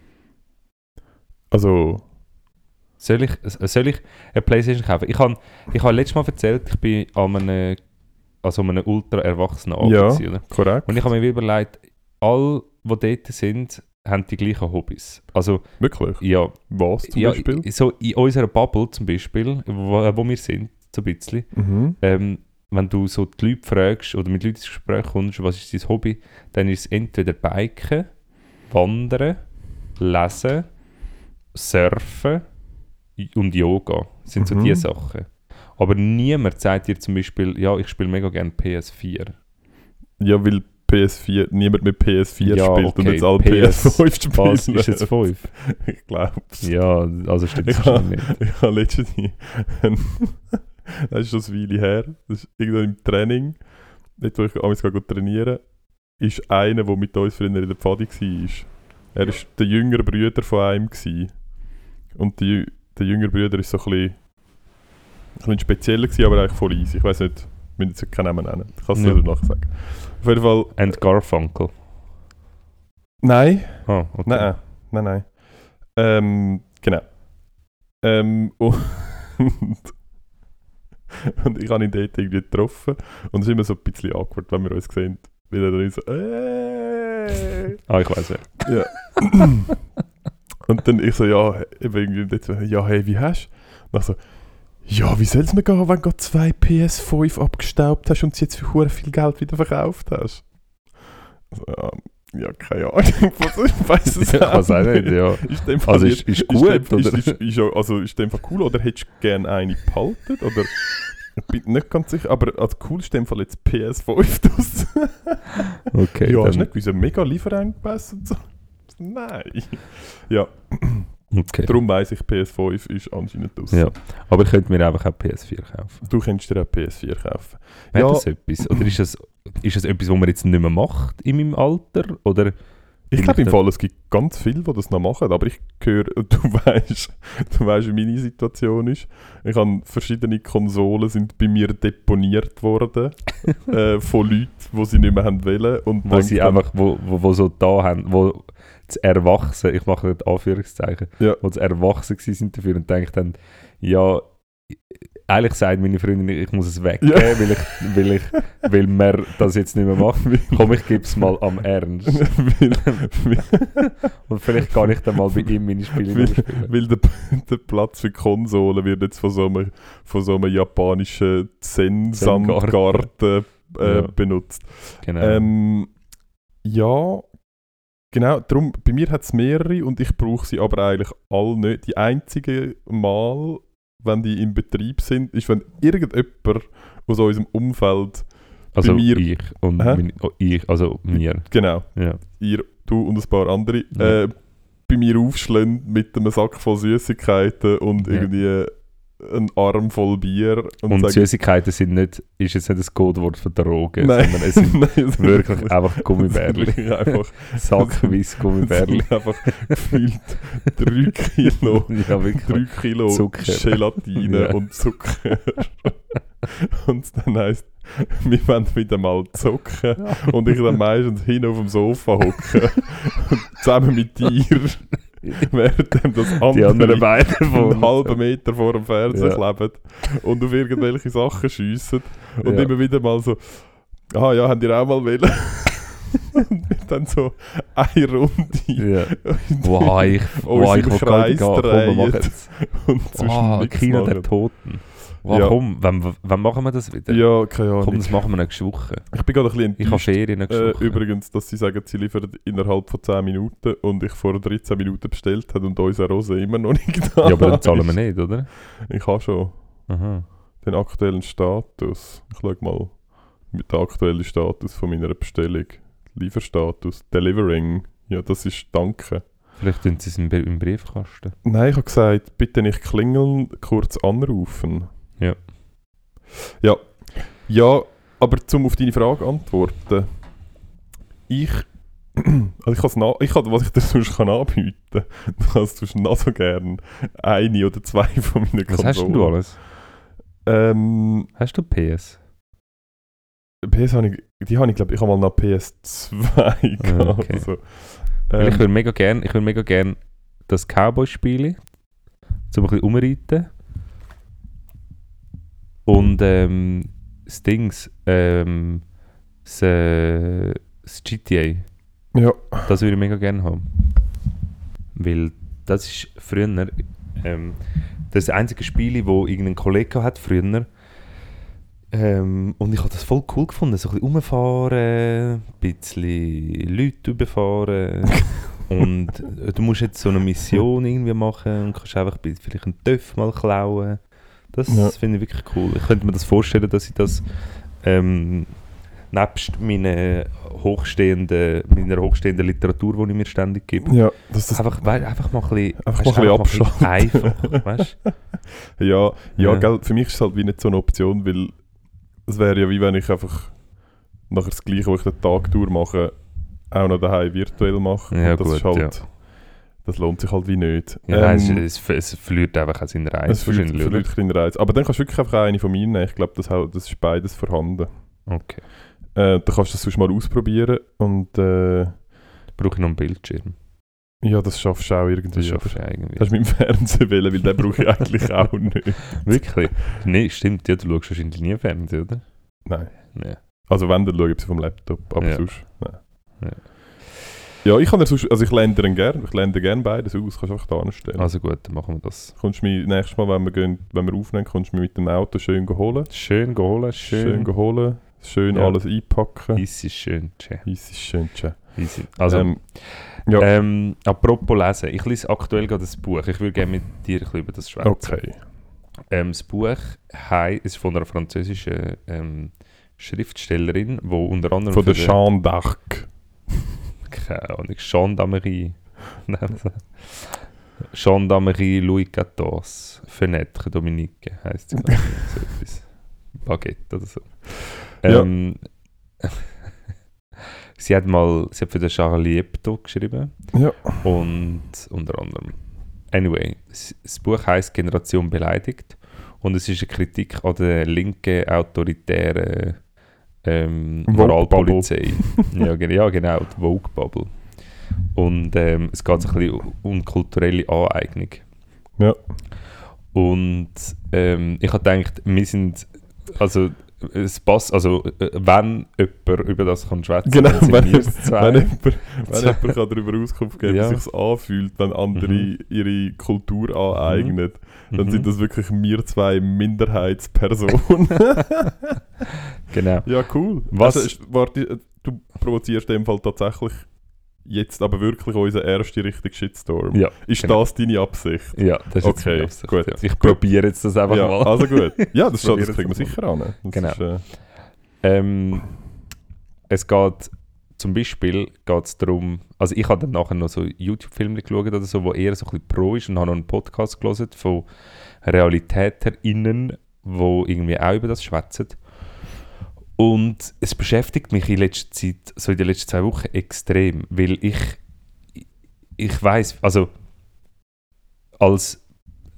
Also, Soll ich, äh, soll ich eine Playstation kaufen? Ich habe ich hab letztes Mal erzählt, ich bin an einem, also an einem ultra erwachsenen Abend Ja. gewesen, oder? korrekt. Und ich habe mir wie überlegt, alle, die dort sind, haben die gleichen Hobbys. Also, Wirklich? ja, Was zum ja Beispiel? i- so in unserer Bubble zum Beispiel, wo, wo wir sind, so ein bisschen, Mhm. ähm, wenn du so die Leute fragst oder mit Leuten ins Gespräch kommst, was ist dein Hobby, dann ist es entweder Biken, Wandern, Lesen, Surfen und Yoga. Das sind so Mhm. die Sachen. Aber niemand sagt dir zum Beispiel, ja, ich spiele mega gerne P S vier. Ja, weil P S vier, niemand mit P S vier Ja, spielt und okay, jetzt alle P S P S fünf spielen. Was, ist jetzt fünf? Ich glaub's. Ja, also stimmt es Ja. wahrscheinlich nicht. Ich habe letztens ein- das ist schon eine Weile her, das ist irgendwann im Training, dort wo ich amigs gehe trainieren, ist einer, der mit uns früher in der Pfadi war. Er war der jüngere Bruder von einem. Gewesen. Und die, der jüngere Bruder war so ein bisschen, ein bisschen spezieller, gewesen, aber eigentlich voll easy. Ich weiß nicht, wir müssen jetzt keinen Namen nennen. Ich kann es Ja. dir nachher sagen. Auf jeden Fall... And Garfunkel. Nein, Ah, okay. nein, nein, nein. Ähm, genau. Ähm, und, und ich habe ihn dort irgendwie getroffen und es ist immer so ein bisschen awkward, wenn wir uns sehen. Weil er dann so, äh, Ah, ich weiß ja. ja. Und dann ich so, ja, eben irgendwie dort so, ja, hey, wie hast du? Und ich so, ja, wie soll es mir gehen, wenn du gerade zwei P S fünf abgestaubt hast und sie jetzt für hure viel Geld wieder verkauft hast? Also, ja, ja, keine Ahnung. Ich weiß es Ich weiß auch nicht, ja. Ist dem Fall Also jetzt- ist, ist gut, ist dem, oder? Ist, ist, ist, ja- also ist dem Fall cool oder hättest du gerne eine behalten? Oder ich bin nicht ganz sicher, aber als cool ist dem Fall jetzt P S fünf draus. Okay, ja, hast du dann, nicht gewusst, ein mega Lieferengpass und so? Nein. Ja, okay. darum weiss ich, P S fünf ist anscheinend draus. Ja. Aber ich könnte mir einfach auch P S vier kaufen. Du könntest dir auch P S vier kaufen. Wäre Ja. das etwas? Oder ist das, ist das etwas, was man jetzt nicht mehr macht in meinem Alter? Oder Ich Bin glaube ich im da- Fall, es gibt ganz viele, die das noch machen, aber ich höre, du weißt, du weißt, wie meine Situation ist. Ich habe verschiedene Konsolen sind bei mir deponiert worden äh, von Leuten, die sie nicht mehr haben wollen. Und wo sie dann- einfach, wo, wo, wo so da haben, wo zu erwachsen, ich mache nicht Anführungszeichen, Ja. wo zu erwachsen gewesen sind dafür und denken dann, ja, eigentlich sagt meine Freundin, ich muss es weggeben, Ja. weil, ich, weil, ich, weil wir das jetzt nicht mehr machen. Komm, ich gebe es mal am Ernst. weil, weil, Und vielleicht kann ich dann mal bei ihm meine Spiele weil, spielen. weil der, der Platz für Konsolen wird jetzt von so einem, von so einem japanischen Zen-Sandgarten äh, Ja. benutzt. Genau. Ähm, ja, genau. Darum, bei mir hat es mehrere und ich brauche sie aber eigentlich alle nicht. Die einzige Mal, wenn die im Betrieb sind, ist, wenn irgendjemand aus unserem Umfeld, also mir- ich und Hä? meine, oh, ich, also mir. genau, Ja. ihr, du und ein paar andere, Ja. äh, bei mir aufschlägt mit einem Sack voll Süßigkeiten und Ja. irgendwie einen Arm voll Bier. Und, Und sagen, Süßigkeiten sind nicht, ist jetzt nicht das Codewort für Drogen, nein, sondern es sind nein, es sind wirklich einfach Gummibärli. wirklich einfach Sackweise Es Gummibärli. sind einfach gefühlt drei Kilo, Ja, wirklich. drei Kilo Zucker. Gelatine Ja. und Zucker. Und dann heisst, wir wollen wieder mal zocken. Und ich dann meistens hin auf dem Sofa hocken. Und zusammen mit dir, während das Die andere anderen beiden einen von halben Meter vor dem Fernseher Ja. kleben und auf irgendwelche Sachen schiessen. Und Ja. immer wieder mal so, ah ja, habt ihr auch mal wollen? Und wir dann so eine Runde Ja. Wow, ich, wow, uns ich im will gar Kreis nicht gehen. Komm, wir drehen machen es. und zwischen Oh, nichts Kino der machen. Toten. Wow, Ja. komm, wann, wann machen wir das wieder? Ja, keine Ahnung. Komm, das machen wir nächste Woche. Ich bin gerade ein bisschen Ich habe enttäuscht. Ferien nächste Äh, Woche. übrigens, dass sie sagen, sie liefern innerhalb von zehn Minuten und ich vor dreizehn Minuten bestellt habe und unsere Rose immer noch nicht da Ja, aber dann zahlen wir ist. nicht, oder? Ich habe schon. Aha. den aktuellen Status. Ich schaue mal mit dem aktuellen Status von meiner Bestellung. Lieferstatus, Delivering. Ja, das ist Danke. Vielleicht tun sie es im, im Briefkasten. Nein, ich habe gesagt, bitte nicht klingeln, kurz anrufen. Ja. Ja, ja, aber zum auf deine Frage antworten. Ich, also ich kann na, ich kann, was ich dir sonst kann anbieten kann, du kannst du noch so gerne eine oder zwei von meinen Was Konsolen. hast denn du alles? Ähm, Hast du P S? P S habe ich, die habe ich glaube ich habe mal nach P S zwei gehabt. okay. Also, Weil ähm, ich würde mega gerne, ich würde mega gerne das Cowboy spielen, zum ein bisschen umreiten. Und ähm, das Dings, ähm, das, äh, das G T A, ja, das würde ich mega gerne haben. Weil das ist früher, ähm, das einzige Spiel, wo irgendein Kollege hat früher. Ähm, und ich habe das voll cool gefunden, so ein bisschen rumfahren, ein bisschen Leute überfahren. Und du musst jetzt so eine Mission irgendwie machen und kannst einfach vielleicht einen Töff mal klauen. Das Ja. finde ich wirklich cool. Ich könnte mir das vorstellen, dass ich das ähm, nebst meiner hochstehenden, meiner hochstehenden Literatur, die ich mir ständig gebe, ja, das, das, einfach, wei- einfach mal ein bisschen, Einfach weißt, mal ein einfach bisschen mal ein bisschen einfach, weißt du? ja, ja, Ja. Gell, für mich ist es halt wie nicht so eine Option, weil es wäre ja wie wenn ich einfach nachher das Gleiche, was ich den Tag durchmache, auch noch daheim virtuell mache. Ja, Und das gut, ist halt, ja. das lohnt sich halt wie nicht. Ja, nein, Ähm, es, es, es verliert einfach auch seinen Reiz. es verliert, wahrscheinlich, oder? verliert ein bisschen den Reiz. Aber dann kannst du wirklich einfach eine von mir nehmen. Ich glaube, das, halt- das ist beides vorhanden. Okay. Äh, dann kannst du das sonst mal ausprobieren und äh, Brauche ich noch einen Bildschirm? ja, das schaffst du auch irgendwie. Das oder? schaffst du ja irgendwie. Das ist mit dem Fernsehen wählen, weil den brauche ich eigentlich auch nicht. Wirklich? Nein, stimmt. Ja, du schaust wahrscheinlich nie Fernsehen, oder? Nein. Nein. Also wenn, dann schaue ich sie vom Laptop, aber Ja. sonst, nein. Ja. Ja, ich kann dir sonst, also ich lerne dir gerne, ich lerne dir gerne beides aus, kannst du einfach da anstellen. Also gut, dann machen wir das. Kommst du mich nächstes Mal, wenn wir, gehen, wenn wir aufnehmen, kommst du mich mit dem Auto schön holen. Schön geholt, Schön, schön. holen, schön Ja. alles einpacken. Easy, schön. Tschä. Easy, schön, tschä. Easy. Also, ähm, ja, ähm, apropos lesen. Ich lese aktuell gerade ein Buch. Ich würde gerne mit dir ein bisschen über das schwätzen. okay. Ähm, das Buch hei- ist von einer französischen ähm, Schriftstellerin, die unter anderem Von für der den- Jeanne d'Arc. keine Ahnung, Gendarmerie. Gendarmerie Louis quatorze. Fenêtre Dominique heisst sie, glaube ich. So etwas. Baguette oder so. Ja. Ähm, sie hat mal, sie hat für den Charlie Hebdo geschrieben. Ja. Und unter anderem. Anyway, s- das Buch heisst Generation beleidigt. Und es ist eine Kritik an der linken, autoritären ähm, Vogue Moralpolizei. ja, gen- ja, genau, die Vogue-Bubble. Und ähm, es geht so ein bisschen um kulturelle Aneignung. Ja. Und ähm, ich habe gedacht, wir sind, also es passt, also äh, wenn jemand über das kann schwätzen, Genau, dann sind wenn, wir wenn, es zwei. jemand, wenn jemand kann darüber Auskunft geben Ja. wie sich anfühlt, wenn andere Mhm. ihre Kultur aneignen, dann Mhm. sind das wirklich wir zwei Minderheitspersonen. Genau. Ja, cool. Was- Also, ist, warte, du provozierst in dem Fall tatsächlich jetzt aber wirklich unseren ersten richtigen Shitstorm. Ja, Ist genau. das deine Absicht? Ja, das ist jetzt Okay, meine Absicht, gut. ja. Ich probiere jetzt das einfach Ja, mal. also gut. Ja, das, Probier das es kriegen wir mal. sicher an. Das Genau. Ist, äh, Ähm, es geht zum Beispiel geht's darum, also ich habe dann nachher noch so YouTube-Filme geschaut oder so, wo eher so ein bisschen pro ist und habe noch einen Podcast gelesen von RealitäterInnen, wo irgendwie auch über das schwätzen. Und es beschäftigt mich in letzter Zeit, so in den letzten zwei Wochen extrem, weil ich ich weiss, also als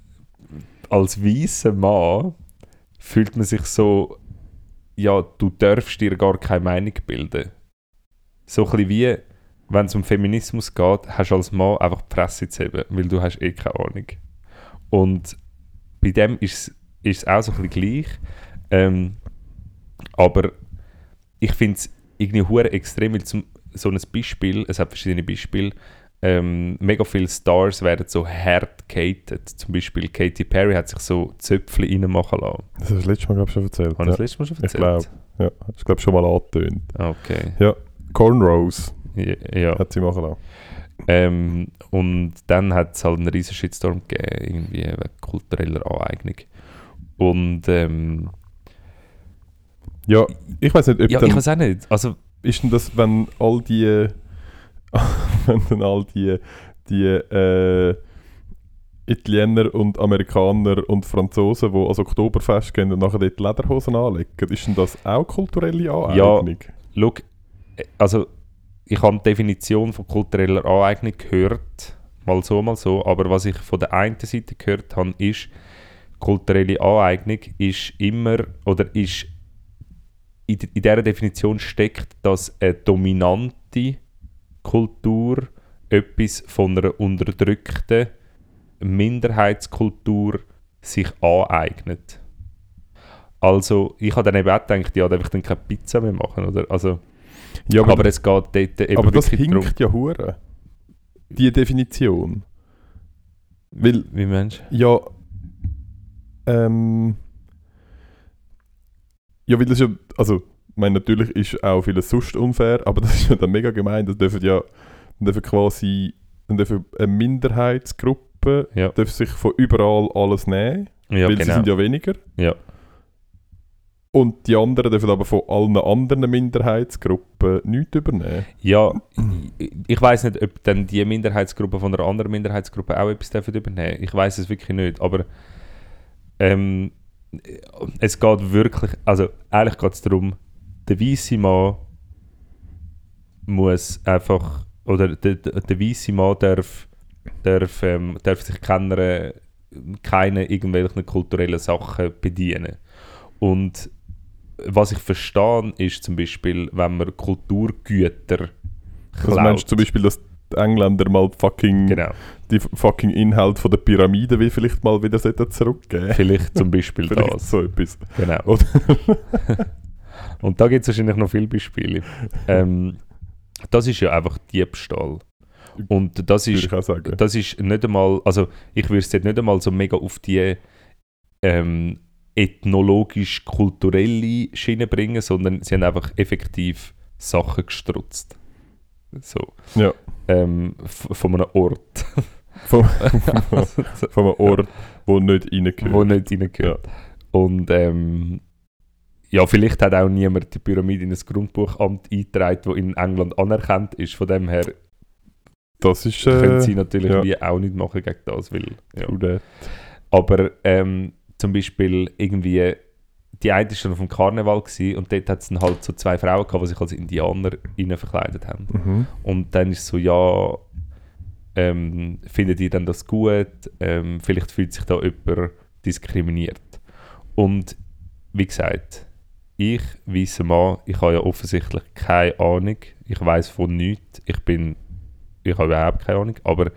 als weißer Mann fühlt man sich so, ja, du darfst dir gar keine Meinung bilden. So ein bisschen wie, wenn es um Feminismus geht, hast du als Mann einfach die Fresse zu heben, weil du hast eh keine Ahnung. Und bei dem ist es auch so ein bisschen gleich. Ähm, aber ich finde es irgendwie hure extrem, weil zum, so ein Beispiel, es hat verschiedene Beispiele, ähm, mega viele Stars werden so hart gehatet. Zum Beispiel Katy Perry hat sich so Zöpfchen reinmachen lassen. das hast du das letzte Mal, glaube ich, schon erzählt. Habe ich Ja. das letzte Mal schon Ich erzählt? glaube. Ja, das ist, glaube ich, schon mal angetönt. Okay. Ja, Cornrows Ja. ja. hat sie machen lassen. Ähm, und dann hat es halt einen riesen Shitstorm gegeben, irgendwie wegen kultureller Aneignung. Und ähm, Ja, ich weiß nicht, ob ja, dann, ich weiß auch nicht. Also, ist denn das, wenn all die, wenn dann all die, die äh, Italiener und Amerikaner und Franzosen, die ans Oktoberfest gehen und nachher dort Lederhosen anlegen, ist denn das auch kulturelle Aneignung? schau, also ich habe die Definition von kultureller Aneignung gehört, mal so, mal so, aber was ich von der einen Seite gehört habe, ist, kulturelle Aneignung ist immer, oder ist in, in dieser Definition steckt, dass eine dominante Kultur etwas von einer unterdrückten Minderheitskultur sich aneignet. Also, ich habe dann eben auch gedacht, ja, darf ich dann keine Pizza mehr machen, oder? Also, Ja, aber, aber, es geht dort eben aber das wirklich darum. hinkt ja hure. Die Definition. Weil, Wie meinst du? ja, ähm, ja, weil das ja, also, ich meine, natürlich ist auch vieles sonst unfair, aber das ist ja dann mega gemein, das dürfen ja, dann dürfen quasi, dann dürfen eine Minderheitsgruppe, Ja. dürfen sich von überall alles nehmen, Ja, weil genau. sie sind ja weniger. Ja. Und die anderen dürfen aber von allen anderen Minderheitsgruppen nichts übernehmen. Ja, ich, ich weiss nicht, ob dann die Minderheitsgruppe von einer anderen Minderheitsgruppe auch etwas dürfen übernehmen. Ich weiss es wirklich nicht, aber ähm, es geht wirklich, also eigentlich geht es darum, der weisse Mann muss einfach, oder der, der, der weisse Mann darf, darf, ähm, darf sich keiner, keine irgendwelchen kulturellen Sachen bedienen. Und was ich verstehe, ist zum Beispiel, wenn man Kulturgüter Also meinst du zum Beispiel, dass die Engländer mal fucking Genau, die fucking Inhalt von der Pyramide wie vielleicht mal wieder zurückgeben? vielleicht zum Beispiel Vielleicht das. so etwas. Genau. Oder? Und da gibt es wahrscheinlich noch viele Beispiele. Ähm, das ist ja einfach Diebstahl. Und das Würde ist, ich auch sagen. das ist nicht einmal, also ich würde es jetzt nicht einmal so mega auf die ähm, ethnologisch-kulturelle Schiene bringen, sondern sie haben einfach effektiv Sachen gestrutzt. So. Ja. Ähm, f- von einem Ort. Von, von einem Ort, wo nicht reingehört. Wo nicht reingehört. Und ähm, ja, vielleicht hat auch niemand die Pyramide in ein Grundbuchamt eingetragen, das in England anerkannt ist. Von dem her Das ist... können Äh, sie natürlich ja. wie auch nicht machen gegen das. Weil, ja. true that. Aber ähm, zum Beispiel irgendwie, die eine war schon auf dem Karneval gewesen, und dort hat es dann halt so zwei Frauen gehabt, die sich als Indianer innen verkleidet haben. Mhm. Und dann ist es so, ja, ähm, findet ihr dann das gut? Ähm, vielleicht fühlt sich da jemand diskriminiert. Und wie gesagt, ich weisser Mann, ich habe ja offensichtlich keine Ahnung. Ich weiß von nichts. Ich bin, ich habe überhaupt keine Ahnung. Aber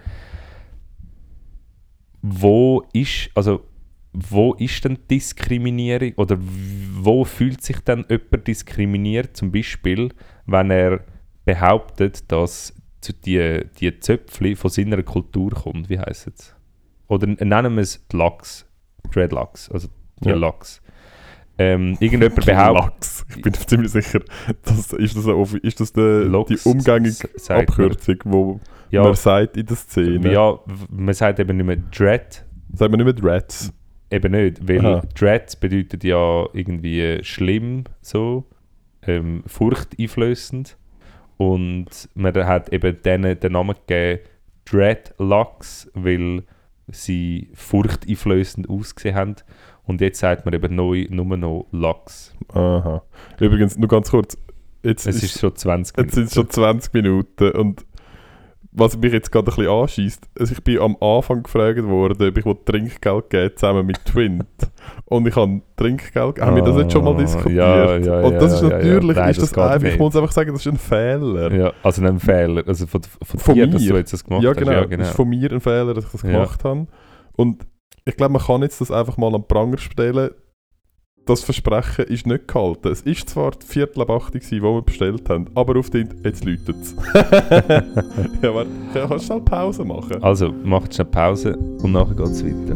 wo ist, also wo ist denn Diskriminierung oder wo fühlt sich dann jemand diskriminiert? Zum Beispiel, wenn er behauptet, dass die, die Zöpfli von seiner Kultur kommt. Wie heisst es? Oder nennen wir es die Lachs. Dreadlocks, also die Ja. Lachs. Ähm, irgendjemand behauptet... Lachs. Ich bin ziemlich sicher, das ist das, eine, ist das die, Lachs, die umgängige s- sagt man. Abkürzung, wo Ja, man sagt in der Szene. ja, w- man sagt eben nicht mehr Dread, Sagt man nicht mit Rats? eben nicht, weil Aha. Dread bedeutet ja irgendwie schlimm, so, ähm, furchteinflößend. Und man hat eben denen den Namen gegeben Dreadlocks, weil sie furchteinflößend ausgesehen haben. Und jetzt sagt man eben neu nur noch Lachs. Aha. Übrigens, nur ganz kurz. Jetzt Es ist ist, schon zwanzig jetzt sind es schon Minuten. zwanzig Minuten und was mich jetzt gerade ein bisschen anschießt, also ich bin am Anfang gefragt worden, ob ich Trinkgeld geben zusammen mit Twint. Und ich habe Trinkgeld gegeben. Haben wir das jetzt schon mal Ah, diskutiert? ja, ja, und das ja, ist ja, natürlich, ja. Nein, ist das das geht einfach, ich nicht. muss einfach sagen, das ist ein Fehler. Ja, also ein Fehler. Also von, von, Von dir, mir. dass du jetzt das gemacht Ja, hast. genau. Ja, Das genau. ist von mir ein Fehler, dass ich das Ja. gemacht habe. Und ich glaube, man kann jetzt das einfach mal am Pranger stellen. Das Versprechen ist nicht gehalten. Es war zwar die Viertel ab acht, die wir bestellt haben, aber auf den jetzt läutet es. Ja, warte, kannst du schnell Pause machen? Also, macht schnell Pause und nachher geht es weiter.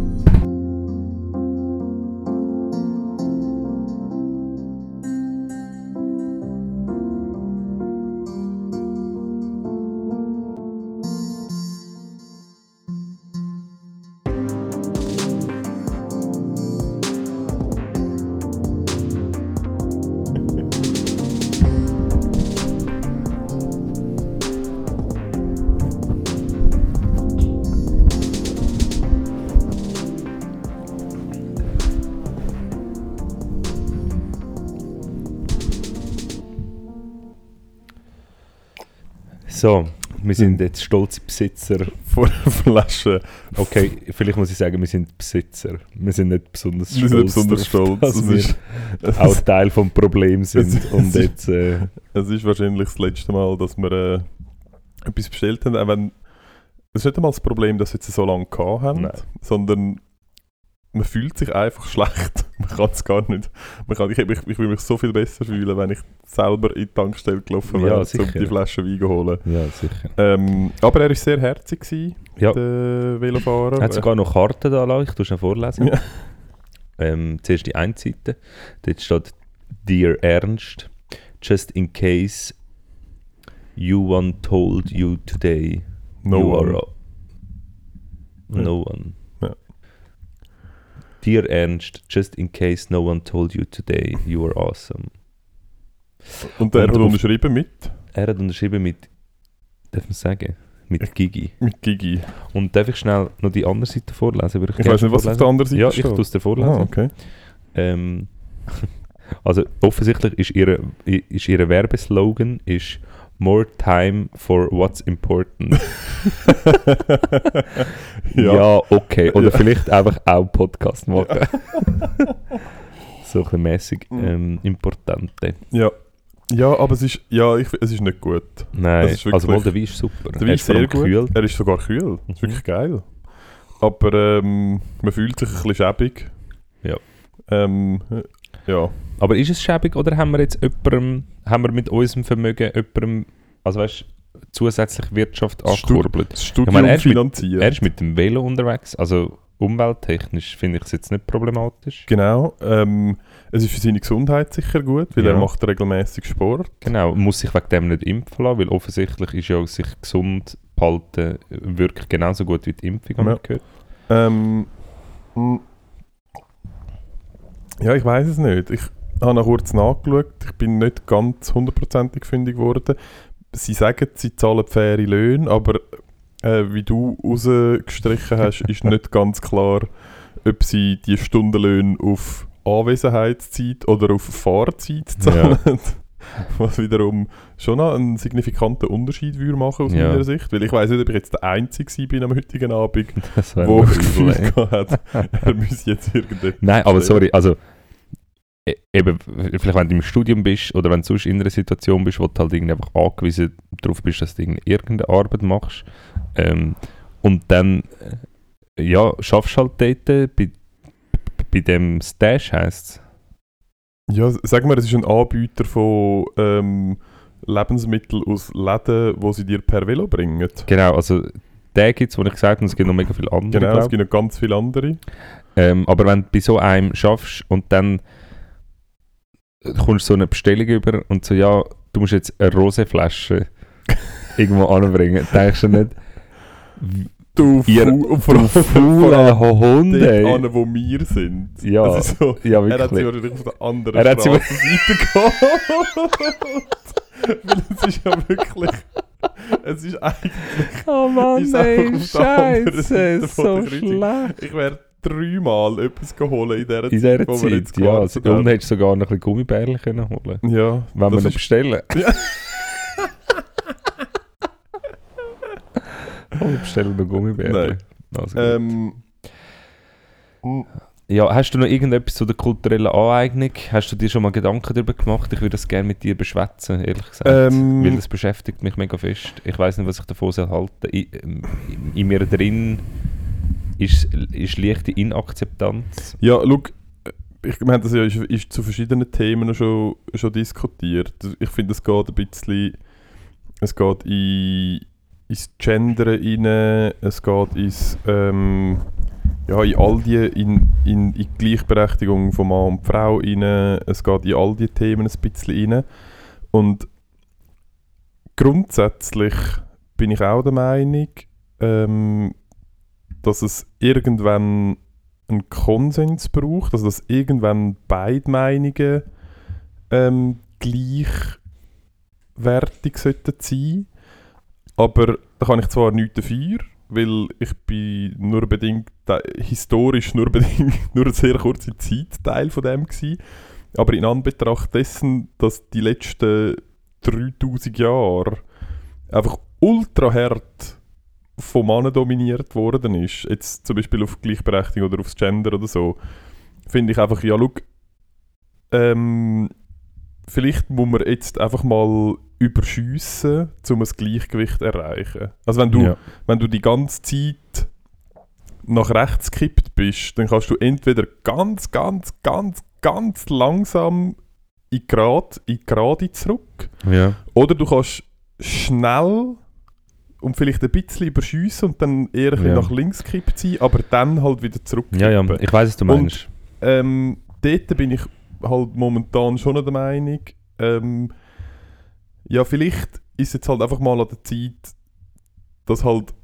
So, wir sind jetzt stolze Besitzer. Vor der Flasche. Okay, vielleicht muss ich sagen, wir sind Besitzer. Wir sind nicht besonders Wir stolz. sind nicht besonders darauf, stolz. Dass Es wir ist, es, auch Teil des Problems sind. Es ist- und es ist- jetzt... Äh, es ist wahrscheinlich das letzte Mal, dass wir äh, etwas bestellt haben. Auch wenn, es ist nicht einmal das Problem, dass wir jetzt so lange gehabt haben, Nein. sondern man fühlt sich einfach schlecht. Man kann es gar nicht. Man kann, ich, ich, ich würde mich so viel besser fühlen, wenn ich selber in die Tankstelle gelaufen Ja, wäre, um sicher. die Flasche Wein zu holen. ja, sicher. Ähm, aber er war sehr herzig, gewesen, Ja. der Velofahrer. Er hat sogar noch Karten da lassen, ich tue es vorlesen. Ja. Ähm, zuerst die eine Seite. Dort steht Dear Ernst, just in case you one told you today. No you one. Are a, no one. Ja. Dear Ernst, just in case no one told you today, you are awesome. Und er Und hat auf- unterschrieben mit, Er hat unterschrieben mit, darf man sagen, mit Gigi. mit Gigi. Und darf ich schnell noch die andere Seite vorlesen? Würde Ich gerne weiß nicht, was auf vorlesen. der anderen Seite Ja, ich steht. tue es dir vorlesen. Ah, okay. Ähm, also offensichtlich ist ihre, ist ihre Werbeslogan ist «More time for what's important». ja. okay. Oder Ja. vielleicht einfach auch Podcast machen. so ein bisschen mässig Mhm. ähm, Importante. Ja. Ja, aber es ist, ja, ich, es ist nicht gut. Nein, Das ist wirklich- also mal, der Wein ist super. Der Er Wein ist ist vor sehr allem gut. kühl. Er ist sogar kühl. Das ist Mhm. wirklich geil. Aber ähm, man fühlt sich ein bisschen schäbig. Ja. Ähm, ja. Aber ist es schäbig oder haben wir jetzt jemandem, haben wir mit unserem Vermögen jemandem, also weißt zusätzlich Wirtschaft Das Stu- angekurbelt? Das Studium meine, er ist mit- finanziert. Er ist mit dem Velo unterwegs, also umwelttechnisch finde ich es jetzt nicht problematisch. Genau. Ähm, es ist für seine Gesundheit sicher gut, weil Ja. er macht regelmäßig Sport. Genau, muss sich wegen dem nicht impfen lassen, weil offensichtlich ist ja sich gesund behalten wirklich genauso gut wie die Impfung, haben Ja. wir gehört. Ähm, mh. ja, ich weiß es nicht. Ich habe noch kurz nachgeschaut. Ich bin nicht ganz hundertprozentig fündig geworden. Sie sagen, sie zahlen faire Löhne, aber äh, wie du rausgestrichen hast, ist nicht ganz klar, ob sie die Stundenlöhne auf Anwesenheitszeit oder auf Fahrzeit zahlen. Was wiederum schon noch einen signifikanten Unterschied würde machen aus Ja. meiner Sicht. Weil ich weiß nicht, ob ich jetzt der Einzige bin am heutigen Abend, Das wäre wo mir das Gefühl übel, ey. gehabt hat, er müsse jetzt irgendetwas Nein, aber bestellen. sorry, also e- eben, vielleicht wenn du im Studium bist oder wenn du sonst in einer Situation bist, wo du halt irgendwie einfach angewiesen darauf bist, dass du irgendwie irgendeine Arbeit machst ähm, und dann äh, ja, schaffst du halt dort äh, bei, bei dem Stash heisst es. Ja, sag mal, es ist ein Anbieter von ähm, Lebensmitteln aus Läden, die sie dir per Velo bringen. Genau, also den gibt es, wo ich gesagt habe, es gibt noch mega viele andere, Genau, es glaub. gibt noch ganz viele andere. Ähm, aber wenn du bei so einem schaffst und dann kommst du so eine Bestellung über und so, ja, du musst jetzt eine Rosé-Flasche irgendwo anbringen, denkst du nicht, Du, Ihr- Fu- und vor du allem- vor faule allem Hunde. dort an, wo wir sind. Ja, Das ist so, ja, er hat sie wirklich. wahrscheinlich auf der anderen Er hat sie- Straßenseite geholt. Weil es ist ja wirklich... Es ist eigentlich... Oh Mann, ist einfach ey, auf der anderen Scheiße, Seite ist von so der Kreuzung. schlecht. Ich wäre dreimal etwas geholt in dieser In dieser wo wir jetzt Zeit, ja. gewartet Und haben. hättest sogar noch ein bisschen Gummibärchen können holen können, Ja, wenn wir das noch ist- bestellen. Ja. Komm, wir bestellen noch Gummibärchen. Nein. Also gut. Ähm, m- Ja, hast du noch irgendetwas zu der kulturellen Aneignung? Hast du dir schon mal Gedanken darüber gemacht? Ich würde das gerne mit dir beschwätzen, ehrlich gesagt. Ähm. Weil das beschäftigt mich mega fest. Ich weiß nicht, was ich davon soll halten. In, in, in mir drin ist, ist leichte Inakzeptanz. ja, schau, ich meine, das ja ist, ist zu verschiedenen Themen schon, schon diskutiert. Ich finde, es geht ein bisschen... Es geht in, ins Gendern rein, es geht ins... Ähm, ja, in all die... In, in, in die Gleichberechtigung von Mann und Frau rein, es geht in all die Themen ein bisschen rein. Und grundsätzlich bin ich auch der Meinung, ähm, dass es irgendwann einen Konsens braucht, also dass irgendwann beide Meinungen ähm, gleichwertig sollten sein. Aber da kann ich zwar nichts dafür, weil ich bin nur bedingt, äh, historisch nur bedingt, nur eine sehr kurze Zeit Teil von dem gsi. Aber in Anbetracht dessen, dass die letzten dreitausend Jahre einfach ultra hart von Männern dominiert worden ist, jetzt zum Beispiel auf Gleichberechtigung oder aufs Gender oder so, finde ich einfach, ja, schau, ähm, vielleicht muss man jetzt einfach mal überschiessen, um ein Gleichgewicht zu erreichen. Also wenn du, Ja. wenn du die ganze Zeit nach rechts gekippt bist, dann kannst du entweder ganz, ganz, ganz, ganz langsam in die Gerade, in die Gerade zurück, Ja. oder du kannst schnell und vielleicht ein bisschen überschiessen und dann eher ein bisschen Ja. nach links gekippt sein, aber dann halt wieder zurückkippen. Ja, ja, ich weiss, was du meinst. Ähm, dort bin ich halt momentan schon der Meinung, ähm, ja, vielleicht ist jetzt halt einfach mal an der Zeit, dass halt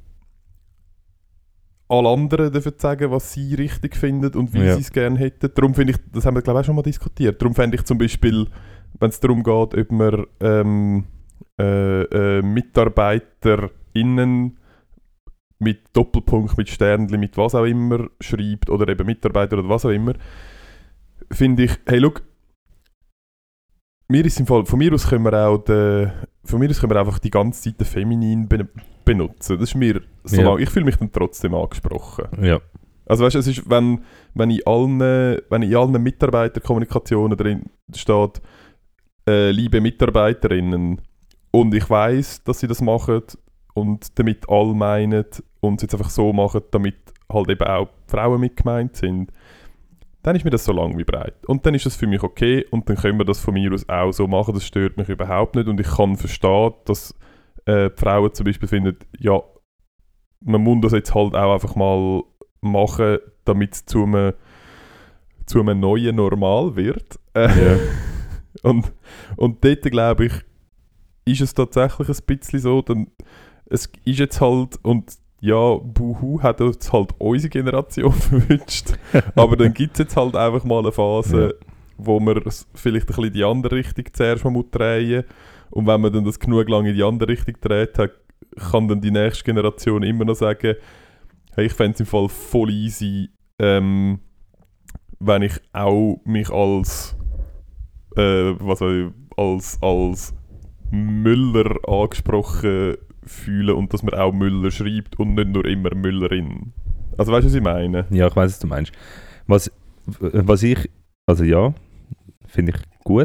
alle anderen dürfen sagen, was sie richtig finden und wie Ja. sie es gerne hätten. Darum finde ich, das haben wir glaube ich auch schon mal diskutiert, darum fände ich zum Beispiel, wenn es darum geht, ob man ähm, äh, äh, MitarbeiterInnen mit Doppelpunkt, mit Sternchen, mit was auch immer schreibt oder eben Mitarbeiter oder was auch immer, finde ich, hey, schau, mir ist im Fall, von mir aus können wir auch den, von mir aus können wir einfach die ganze Zeit den Feminin ben, benutzen. Das ist mir so Ja. lang, ich fühle mich dann trotzdem angesprochen. Ja. Also weißt du, es ist, wenn, wenn in allen, wenn in allen Mitarbeiterkommunikationen drin steht, äh, liebe Mitarbeiterinnen, und ich weiss, dass sie das machen und damit alle meinen und es jetzt einfach so machen, damit halt eben auch die Frauen mit gemeint sind, dann ist mir das so lang wie breit. Und dann ist das für mich okay und dann können wir das von mir aus auch so machen, das stört mich überhaupt nicht und ich kann verstehen, dass äh, die Frauen zum Beispiel finden, ja, man muss das jetzt halt auch einfach mal machen, damit es zu einem, zu einem neuen Normal wird. Äh, Ja. und, und dort, glaube ich, ist es tatsächlich ein bisschen so, dann, es ist jetzt halt, und ja, Buhu hat uns halt unsere Generation verwünscht, aber dann gibt es jetzt halt einfach mal eine Phase, Ja. wo man es vielleicht ein bisschen in die andere Richtung zuerst mal muss drehen und wenn man dann das genug lange in die andere Richtung gedreht hat, kann dann die nächste Generation immer noch sagen, hey, ich fände es im Fall voll easy, ähm, wenn ich auch mich als, äh, was weiß ich, als, als Müller angesprochen fühle und dass man auch Müller schreibt und nicht nur immer Müllerin. Also weißt du, was ich meine? Ja, ich weiss, was du meinst. Was, was ich, also ja, finde ich gut.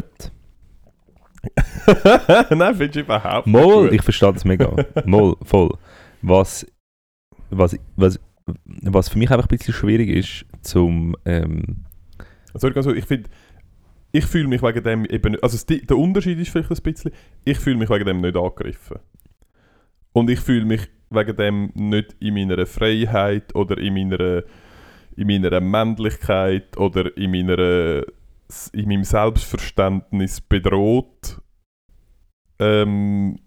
Nein, findest du überhaupt nicht Moll, gut. ich verstehe das mega. Moll, voll. Was, was, was, was für mich einfach ein bisschen schwierig ist, zum, ähm, Sorry, also ich finde, ich fühle mich wegen dem eben, also das, der Unterschied ist vielleicht ein bisschen, ich fühle mich wegen dem nicht angegriffen. Und ich fühle mich wegen dem nicht in meiner Freiheit oder in meiner, in meiner Männlichkeit oder in, meiner, in meinem Selbstverständnis bedroht. Ähm,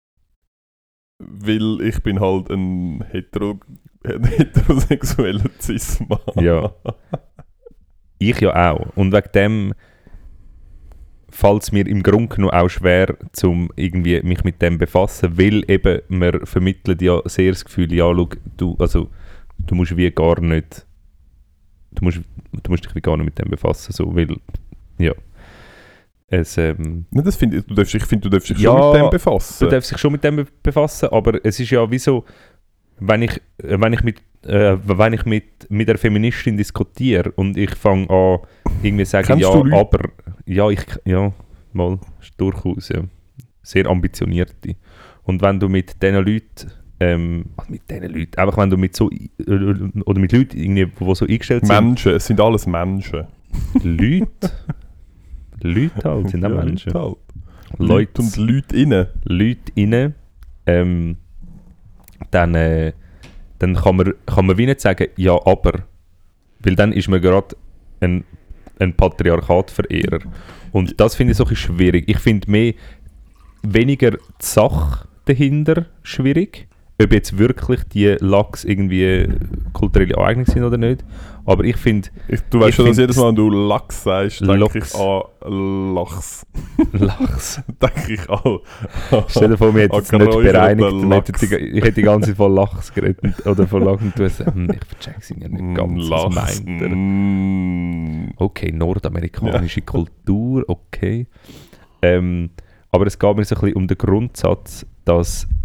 weil ich bin halt ein, hetero, ein heterosexueller Cis-Mann. Ja. Ich ja auch. Und wegen dem fällt es mir im Grunde genommen auch schwer, zum irgendwie mich mit dem befassen, weil eben wir vermitteln ja sehr das Gefühl, ja, schau, du, also, du musst wie gar nicht, du musst, du musst dich wie gar nicht mit dem befassen, so, weil, ja, es, ähm, Nein, das find ich, du darfst, ich finde, du darfst dich Ja, schon mit dem befassen. du darfst dich schon mit dem befassen, aber es ist ja wie so, wenn ich, äh, wenn ich mit äh, wenn ich mit, mit einer Feministin diskutiere und ich fange an, irgendwie zu sagen, Kennst ja, du Leute? aber, ja, ich, ja, mal, ist durchaus, ja, sehr ambitionierte. Und wenn du mit diesen Leuten, ähm, also mit diesen Leuten, einfach wenn du mit so, äh, oder mit Leuten, irgendwie, die so eingestellt sind, Menschen, es sind alles Menschen. Leute, Leute halt, sind auch Ja, Menschen. Leute halt. Leute, Leute und Leute innen. Leute rein, ähm, dann, äh, dann kann man, kann man wie nicht sagen, ja, aber. Weil dann ist man gerade ein, ein Patriarchatverehrer. Und das finde ich so ein bisschen schwierig. Ich finde mehr weniger die Sache dahinter schwierig. Ob jetzt wirklich die Lachs irgendwie kulturelle Eignung sind oder nicht. Aber ich finde... Ich, du weißt Ich schon, dass find jedes Mal, wenn du Lachs sagst, denke Lachs. ich an Lachs. Lachs. denke ich an. Stell dir vor, wir hätten an es nicht Geräusche bereinigt. oder Wir hätten Lachs. die, ich hätte die ganze Zeit von Lachs geredet. Oder von Lachs. Und du hast gesagt, hm, ich vercheck es irgendwie nicht ganz. Was Lachs. meint er? Mm. Okay, nordamerikanische Kultur, okay. Ähm, aber es geht mir so ein bisschen um den Grundsatz, dass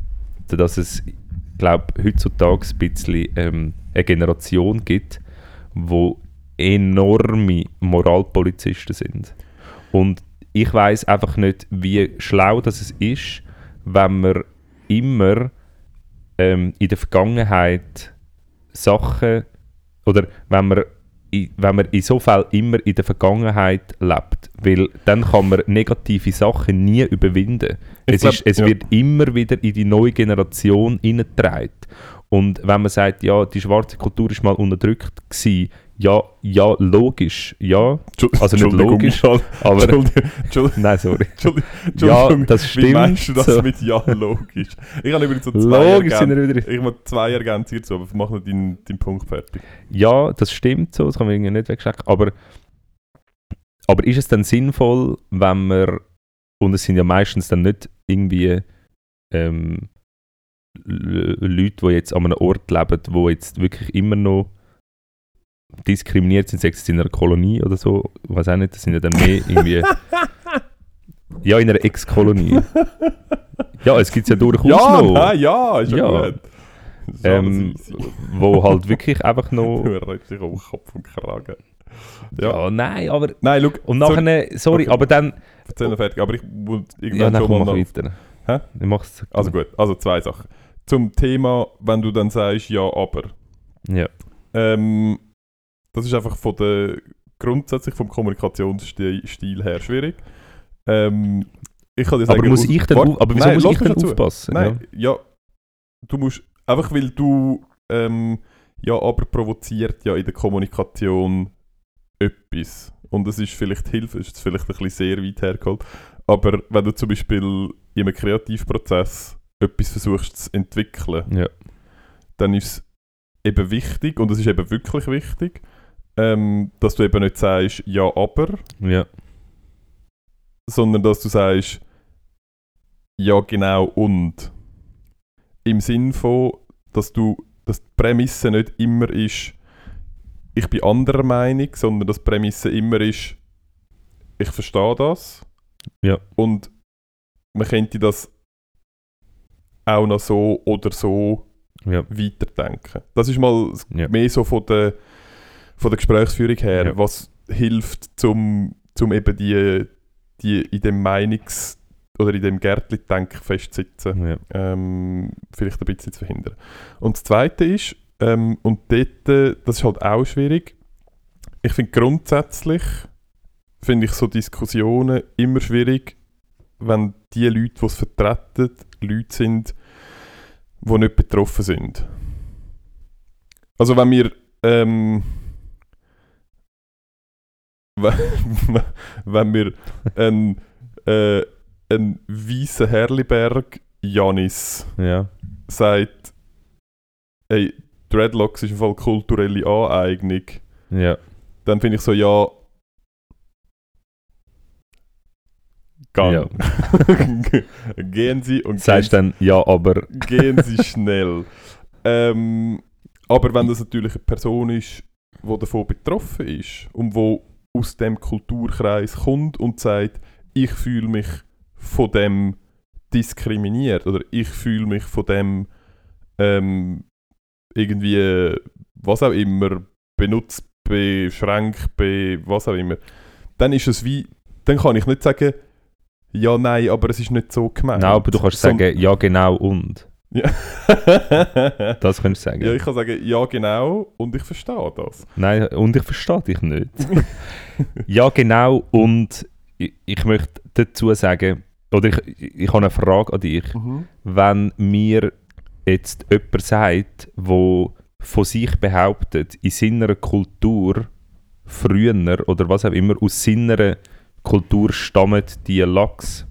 dass es, glaube heutzutage ein bisschen ähm, eine Generation gibt, wo enorme Moralpolizisten sind. Und ich weiss einfach nicht, wie schlau das es ist, wenn man immer ähm, in der Vergangenheit Sachen, oder wenn man, in, wenn man in so Fällen immer in der Vergangenheit lebt, weil dann kann man negative Sachen nie überwinden. Es, glaub, ist, es ja. wird immer wieder in die neue Generation hineingetragen. Und wenn man sagt, ja, die schwarze Kultur ist mal unterdrückt gewesen, ja, ja, logisch, ja. Also nicht logisch, aber... Entschuldigung, Nein, sorry. Entschuldigung, Ja, das stimmt. Wie meinst du das so. mit ja, logisch? Ich habe übrigens so zwei Logisch sind wir Ergänzungen. wieder... Ich mache zwei Ergänzungen dazu, aber mach noch deinen, deinen Punkt fertig. Ja, das stimmt so, das kann man irgendwie nicht wegstecken. Aber, aber ist es dann sinnvoll, wenn man... Und es sind ja meistens dann nicht irgendwie ähm, L- Leute, die jetzt an einem Ort leben, die jetzt wirklich immer noch diskriminiert sind, sei es in einer Kolonie oder so, ich weiß auch nicht, das sind ja dann mehr irgendwie... Ja, in einer Ex-Kolonie. Ja, es gibt es ja durchaus Ja, noch. nein, ja, ist ja, Ja. gut. Das ist Ähm, alles easy. wo halt wirklich einfach noch... Du redest dich um Kopf und Kragen. Ja. Ja, nein, aber... Nein, schau, Und nachher, sorry, Okay. aber dann... erzähl noch fertig, aber ich muss Ja, irgendwann dann schon komm, mal mach noch... weiter. Hä? Ich mach's. Also gut, also zwei Sachen. Zum Thema, wenn du dann sagst, ja, aber. Ja. Ähm, das ist einfach von der, grundsätzlich vom Kommunikationsstil Stil her schwierig. Ähm, ich kann dir sagen, Aber muss aus- ich dann, Warte, auf, aber wieso nein, muss lass ich mich dann schon zu. aufpassen? Nein, ja. Du musst, einfach weil du, ähm, ja, aber provoziert ja in der Kommunikation etwas. Und das ist vielleicht Hilfe, ist jetzt vielleicht ein bisschen sehr weit hergeholt. Aber wenn du zum Beispiel in einem Kreativprozess etwas versuchst zu entwickeln, Ja. dann ist es eben wichtig, und es ist eben wirklich wichtig, ähm, dass du eben nicht sagst, ja, aber, Ja. sondern dass du sagst, ja, genau, und. Im Sinn von, dass du, dass die Prämisse nicht immer ist, ich bin anderer Meinung, sondern dass die Prämisse immer ist, ich verstehe das. Ja. Und man könnte das auch noch so oder so Ja. weiterdenken. Das ist mal Ja. mehr so von der, von der Gesprächsführung her, Ja. was hilft, zum, zum eben die, die in dem Meinungs- oder in dem Gärtli-Denken festzusitzen, Ja. ähm, vielleicht ein bisschen zu verhindern. Und das Zweite ist, ähm, und dort, äh, das ist halt auch schwierig, ich finde grundsätzlich, finde ich so Diskussionen immer schwierig, wenn die Leute, die es vertreten, Leute sind, die nicht betroffen sind. Also wenn wir ähm, wenn, wenn wir ein, äh, ein weißer Herliberg Janis Ja. sagt, hey, Dreadlocks ist im Fall kulturelle Aneignung, Ja. dann finde ich so, ja, gang. Ja. Gehen Sie und Sagst gehen, dann, ja, aber... gehen Sie schnell. ähm, aber wenn das natürlich eine Person ist, die davon betroffen ist und die aus dem Kulturkreis kommt und sagt, ich fühle mich von dem diskriminiert oder ich fühle mich von dem ähm, irgendwie, was auch immer, benutzt, beschränkt, be, was auch immer, dann ist es wie, dann kann ich nicht sagen, ja, nein, aber es ist nicht so gemeint. Nein, aber du kannst Son- sagen, ja, genau, und. Ja. Das kannst du sagen. Ja, ich kann sagen, ja genau, und ich verstehe das. Nein, und ich verstehe dich nicht. Ja, genau, und ich, ich möchte dazu sagen, oder ich, ich habe eine Frage an dich. Wenn mir jetzt jemand sagt, der von sich behauptet, in seiner Kultur früher oder was auch immer, aus seiner Kultur stammen die Lachs.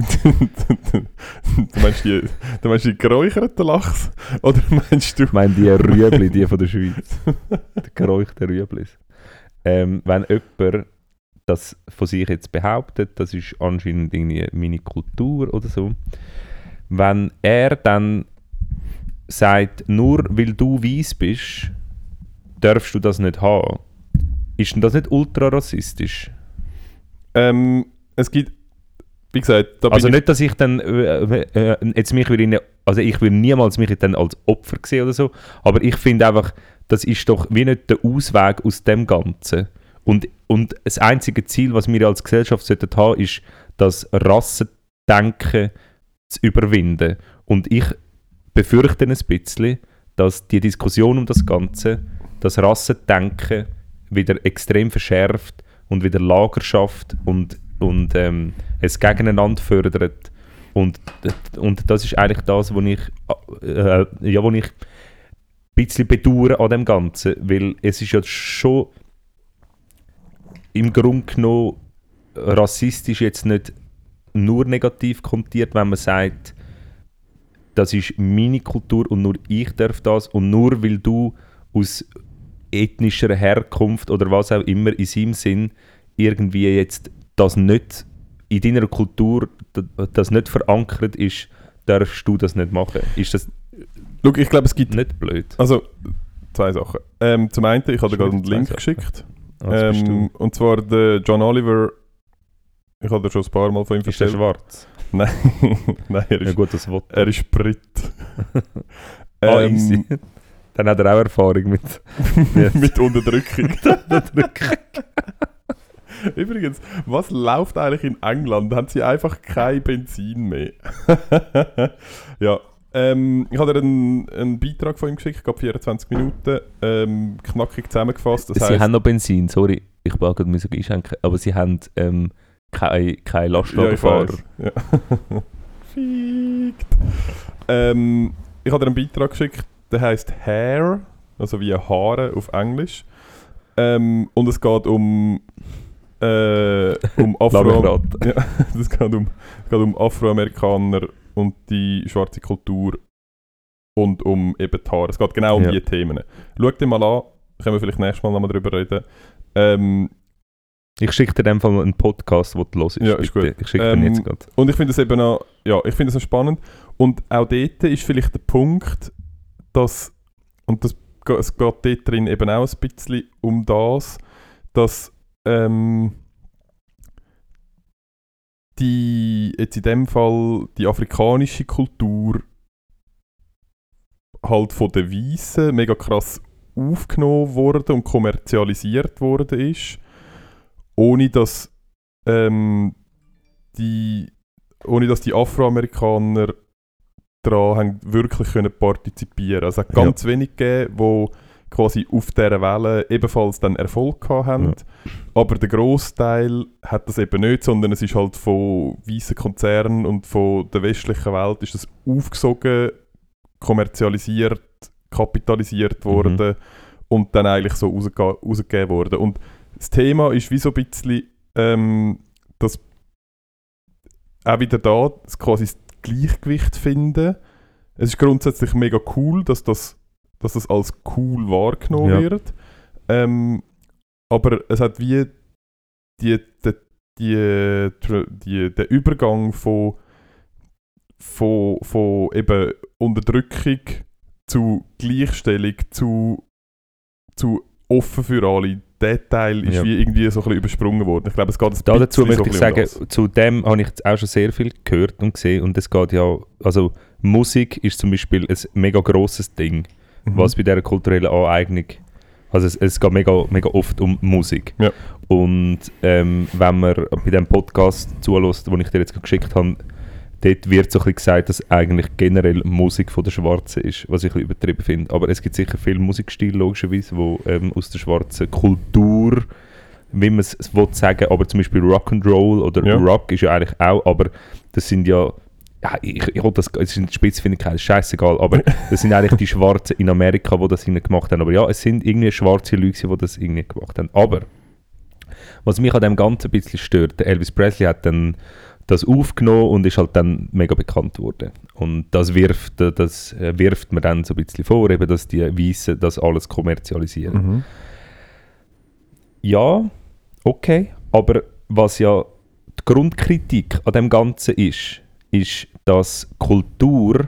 du, meinst die, du meinst die geräucherten Lachs? Oder meinst du... Ich meine die Rüebli, die von der Schweiz. Die geräucherten Rüeblis. Ähm, wenn jemand das von sich jetzt behauptet, das ist anscheinend irgendwie meine Kultur oder so, wenn er dann sagt, nur weil du weiss bist, darfst du das nicht haben, ist denn das nicht ultra rassistisch? Ähm, es gibt... Wie gesagt, da Also bin nicht, dass ich dann äh, äh, jetzt mich wieder in eine also ich will niemals mich dann als Opfer sehen oder so, aber ich finde einfach, das ist doch wie nicht der Ausweg aus dem Ganzen. Und, und das einzige Ziel, was wir als Gesellschaft sollten haben, ist, das Rassendenken zu überwinden. Und ich befürchte ein bisschen, dass die Diskussion um das Ganze, das Rassendenken wieder extrem verschärft und wieder Lager schafft und, und ähm, es gegeneinander fördert. Und, und das ist eigentlich das, was ich, äh, ja, wo ich ein bisschen bedauere an dem Ganzen, weil es ist ja schon im Grunde genommen rassistisch jetzt nicht nur negativ kontiert, wenn man sagt, das ist meine Kultur und nur ich darf das und nur weil du aus ethnischer Herkunft oder was auch immer in seinem Sinn irgendwie jetzt das nicht in deiner Kultur das nicht verankert ist, darfst du das nicht machen. Ist das Schau, ich glaube, es gibt nicht blöd? Also, zwei Sachen. Ähm, zum einen, ich habe dir gerade einen Link Sachen. geschickt. Ah, Ähm, und zwar der John Oliver. Ich habe dir schon ein paar Mal von ihm ist der erzählt. schwarz? Nein, Nein er, Ja ist, gut, das Wort. er ist Brit. Ah, Ähm, easy. Dann hat er auch Erfahrung mit, mit mit Unterdrückung. Unterdrückung. Übrigens, was läuft eigentlich in England? Da haben sie einfach kein Benzin mehr. Ja, ähm, ich habe dir einen, einen Beitrag von ihm geschickt, ich glaube vierundzwanzig Minuten, ähm, knackig zusammengefasst. Das Sie heisst, haben noch Benzin, sorry, ich wollte gerade müssen einschenken, aber sie haben ähm, keine kein Lastwagenfahrer. Ja, ich weiss. Ja. Fickt. Ähm, ich habe dir einen Beitrag geschickt, der heisst Hair, also wie Haare auf Englisch. Ähm, und es geht um äh, um Afro ja, es geht um, es geht um Afroamerikaner und die schwarze Kultur und um eben die Haare. Es geht genau um Ja. diese Themen. Schau dir mal an, können wir vielleicht nächstes Mal nochmal darüber reden. Ähm, Ich schicke dir in dem Fall einen Podcast, den du hörst. Ja, ist bitte. gut. Ich schicke Ähm, den jetzt gerade. Und ich finde es eben auch, ja, ich finde es auch spannend. Und auch dort ist vielleicht der Punkt, dass, und das, es geht dort drin eben auch ein bisschen um das, dass ähm, die, jetzt in dem Fall die afrikanische Kultur halt von den Weißen mega krass aufgenommen wurde und kommerzialisiert wurde ist, ohne dass ähm, die ohne dass die Afroamerikaner daran haben wirklich können partizipieren. Also es hat ganz Ja. wenig gegeben, die quasi auf dieser Welle ebenfalls dann Erfolg gehabt haben. Ja. Aber der Grossteil hat das eben nicht, sondern es ist halt von weißen Konzernen und von der westlichen Welt ist das aufgesogen, kommerzialisiert, kapitalisiert worden Mhm. und dann eigentlich so rausge- rausgegeben worden. Und das Thema ist wie so ein bisschen, ähm, dass auch wieder da das quasi das Gleichgewicht finden. Es ist grundsätzlich mega cool, dass das, dass das als cool wahrgenommen Ja. wird. Ähm, aber es hat wie die, die, die, die, der Übergang von, von, von eben Unterdrückung zu Gleichstellung zu, zu offen für alle. Der Teil ist Ja. wie irgendwie so ein bisschen übersprungen worden. Ich glaube, es geht ein Da dazu bisschen möchte ich so ein sagen, bisschen um zu dem habe ich jetzt auch schon sehr viel gehört und gesehen und es geht ja, also Musik ist zum Beispiel ein mega grosses Ding, das. was bei dieser kulturellen Aneignung, also es, es geht mega, mega oft um Musik. Ja. Und ähm, wenn man bei dem Podcast zulässt, den ich dir jetzt gerade geschickt habe, dort wird so ein bisschen gesagt, dass eigentlich generell Musik von der Schwarzen ist, was ich ein bisschen übertrieben finde. Aber es gibt sicher viele Musikstile, logischerweise, die ähm, aus der schwarzen Kultur, wie man es will sagen, aber zum Beispiel Rock'n'Roll oder Ja. Rock ist ja eigentlich auch, aber das sind ja, ja ich, ich das, es ist Spitzfindigkeit, scheißegal, aber das sind eigentlich die Schwarzen in Amerika, die das irgendwie gemacht haben. Aber ja, es sind irgendwie schwarze Leute, die das irgendwie gemacht haben. Aber was mich an dem Ganzen ein bisschen stört, der Elvis Presley hat dann das aufgenommen und ist halt dann mega bekannt worden. Und das wirft, das äh, wirft man dann so ein bisschen vor, eben, dass die Weißen das alles kommerzialisieren. Mhm. Ja, okay, aber was ja die Grundkritik an dem Ganzen ist, ist, dass Kultur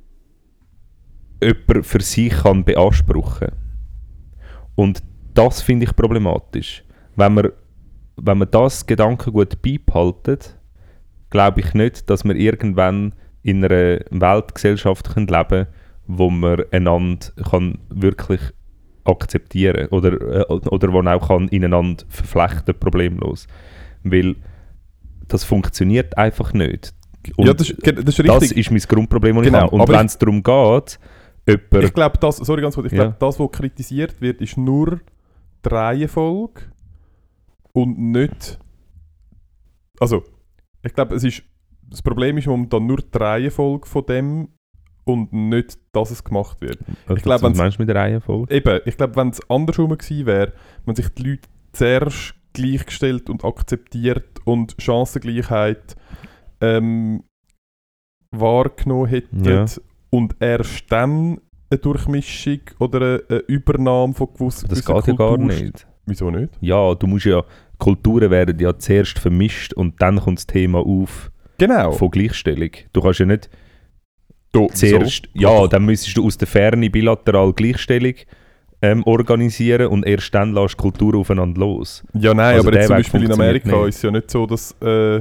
jemand für sich kann beanspruchen. Und das finde ich problematisch. Wenn man, wenn man das Gedankengut beibehaltet, glaube ich nicht, dass man irgendwann in einer Weltgesellschaft können leben, wo man einander kann wirklich akzeptieren oder, äh, oder wo man auch kann ineinander verflechten, problemlos. Weil das funktioniert einfach nicht. Und ja, das, ist- das ist richtig. das ist mein Grundproblem, das Genau, ich habe. Und aber wenn es darum geht, jemand... Ich glaube, das, sorry ganz kurz, ich Ja. glaube, das, was kritisiert wird, ist nur die Reihenfolge und nicht. Also, ich glaube, es ist. Das Problem ist momentan nur die Reihenfolge von dem und nicht, dass es gemacht wird. Also, ich glaub, was wenn's- meinst du mit der Reihenfolge? Eben, ich glaube, wenn es andersrum gewesen wäre, wenn sich die Leute zuerst gleichgestellt und akzeptiert und Chancengleichheit ähm, wahrgenommen hätten Ja. und erst dann eine Durchmischung oder eine, eine Übernahme von gewissen Das gewissen geht ja gar Kultur- nicht. Wieso nicht? Ja, du musst ja... Kulturen werden ja zuerst vermischt und dann kommt das Thema auf Genau. von Gleichstellung. Du kannst ja nicht Do, zuerst... wieso? Ja, dann müsstest du aus der Ferne bilateral Gleichstellung ähm, organisieren und erst dann lässt die Kultur aufeinander los. Ja, nein, Also aber jetzt der zum Weg Beispiel in funktioniert Amerika nicht. ist es ja nicht so, dass, äh,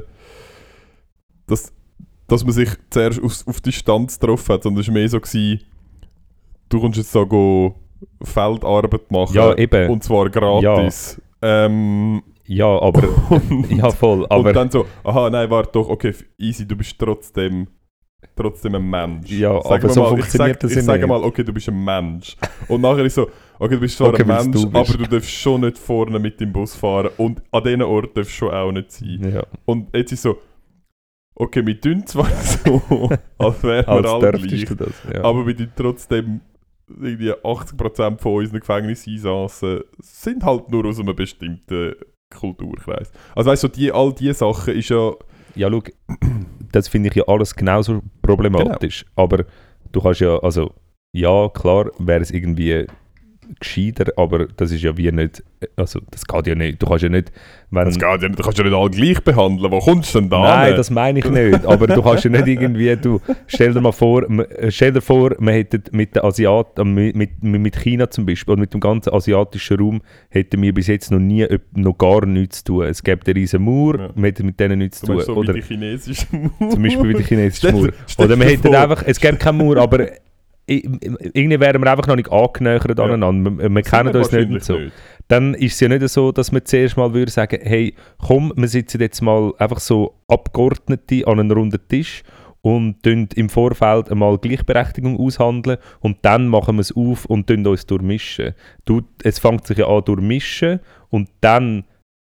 dass, dass man sich zuerst auf, auf Distanz getroffen hat, sondern es war mehr so, gewesen, du kommst jetzt da go Feldarbeit machen Ja, eben. und zwar gratis. Ähm, Ja, aber... und, ja, voll. Aber... und dann so, aha, nein, warte doch, okay, easy, du bist trotzdem, trotzdem ein Mensch. Ja, Sagen aber wir so mal, funktioniert ich sag, das ich ja sage nicht. mal, okay, du bist ein Mensch. Und nachher ist so, okay, du bist zwar Okay, ein weil's Mensch, du bist. aber du darfst schon nicht vorne mit dem Bus fahren und an diesen Ort darfst du schon auch nicht sein. ja. Und jetzt ist so, okay, wir tun zwar so, als wären wir Als alle dürftest du gleich, das, ja. aber wir tun trotzdem irgendwie achtzig Prozent von unseren Gefängnisinsassen sind halt nur aus einem bestimmten Kulturkreis. Also weißt du, die, all diese Sachen ist ja... Ja, schau, das finde ich ja alles genauso problematisch. Genau. Aber du kannst ja, also, ja, klar wäre es irgendwie gescheiter, aber das ist ja wie nicht, also, das geht ja nicht. Du kannst ja nicht, wenn... Das geht ja nicht, du kannst ja nicht alle gleich behandeln. Wo kommst du denn da Nein, hin? das meine ich nicht. Aber du kannst ja nicht irgendwie, du, stell dir mal vor, m- äh, stell dir vor, man hätte mit den Asiaten, mit, mit, mit China zum Beispiel, oder mit dem ganzen asiatischen Raum, hätten wir bis jetzt noch nie, öp- noch gar nichts zu tun. Es gibt einen riesen Mauer, Ja. wir hätten mit denen nichts Du zu meinst tun. so Oder wie die chinesische Mauer. zum Beispiel wie die chinesische Stell dir- Mauer. stell Oder wir dir hätten vor- einfach, es gibt keine Mauer, aber i- irgendwie wären wir einfach noch nicht angenähert Ja. aneinander. Wir, wir Sind kennen wir uns nicht und wahrscheinlich so. nicht. Dann ist es ja nicht so, dass man zuerst mal würde sagen, hey, komm, wir sitzen jetzt mal einfach so Abgeordnete an einen runden Tisch und tun im Vorfeld einmal Gleichberechtigung aushandeln und dann machen wir es auf und tun uns durchmischen. Du, es fängt sich ja an durchmischen und dann,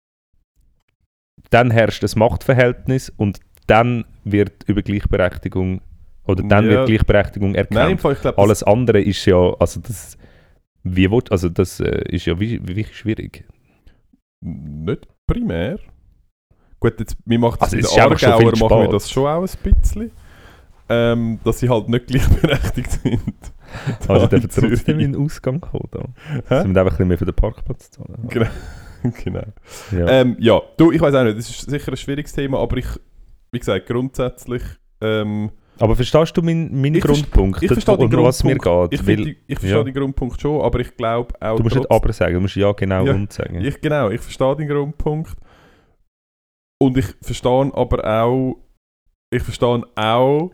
dann herrscht das Machtverhältnis und dann wird über Gleichberechtigung oder dann Ja. wird Gleichberechtigung erkannt. Nein, im Fall, ich glaube, Alles andere ist ja, also das, wie wollt, also das äh, ist ja wie- wirklich schwierig. nicht primär. Gut, jetzt, wir machen das Also, mit es den ist einfach schon Aargauer, viel machen wir spät. das schon auch ein bisschen. Ähm, dass sie halt nicht gleichberechtigt sind. Da Also in dürfen trotzdem Zürich. in den Ausgang kommen. Da. Hä? Sie müssen einfach ein bisschen mehr für den Parkplatz zahlen. Genau. genau. Ja. Ähm, ja, du, ich weiß auch nicht, das ist sicher ein schwieriges Thema, aber ich, wie gesagt, grundsätzlich... Ähm, Aber verstehst du meinen mein Ich verste- Grundpunkt, ich verstehe den um was mir Grundpunkt. geht? ich find Weil, die, ich verstehe ja. den Grundpunkt schon, aber ich glaube auch... du musst nicht trotz- aber sagen, du musst ja genau Ja, und sagen. Ich, genau, ich verstehe den Grundpunkt. Und ich verstehe aber auch, ich verstehe auch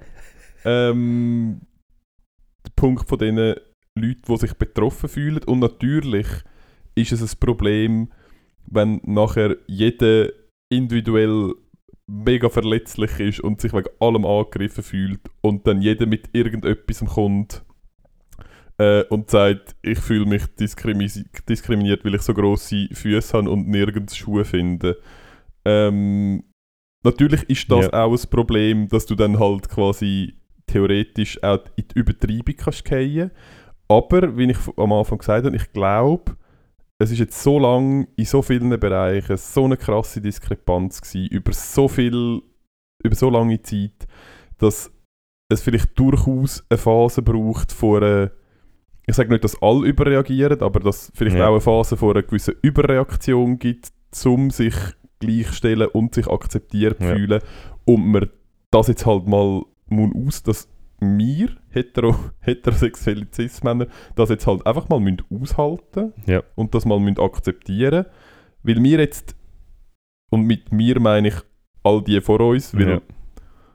ähm, den Punkt von den Leuten, die sich betroffen fühlen. Und natürlich ist es ein Problem, wenn nachher jeder individuell mega verletzlich ist und sich wegen allem angegriffen fühlt und dann jeder mit irgendetwas kommt äh, und sagt, ich fühle mich diskrimi- diskriminiert, weil ich so grosse Füße habe und nirgends Schuhe finde. Ähm, natürlich ist das Ja. auch ein Problem, dass du dann halt quasi theoretisch auch in die Übertreibung kannst fallen. Aber, wie ich am Anfang gesagt habe, ich glaube, es ist jetzt so lange in so vielen Bereichen so eine krasse Diskrepanz gewesen, über so viel, über so lange Zeit, dass es vielleicht durchaus eine Phase braucht von einer, ich sage nicht, dass alle überreagieren, aber dass es vielleicht Ja. auch eine Phase von einer gewissen Überreaktion gibt, um sich gleichstellen und sich akzeptiert Ja. fühlen und man das jetzt halt mal muss aus, dass wir hetero, heterosexuelle Cis-Männer das jetzt halt einfach mal müssen aushalten Ja. und das mal müssen akzeptieren, weil wir jetzt, und mit mir meine ich all die vor uns, weil Ja.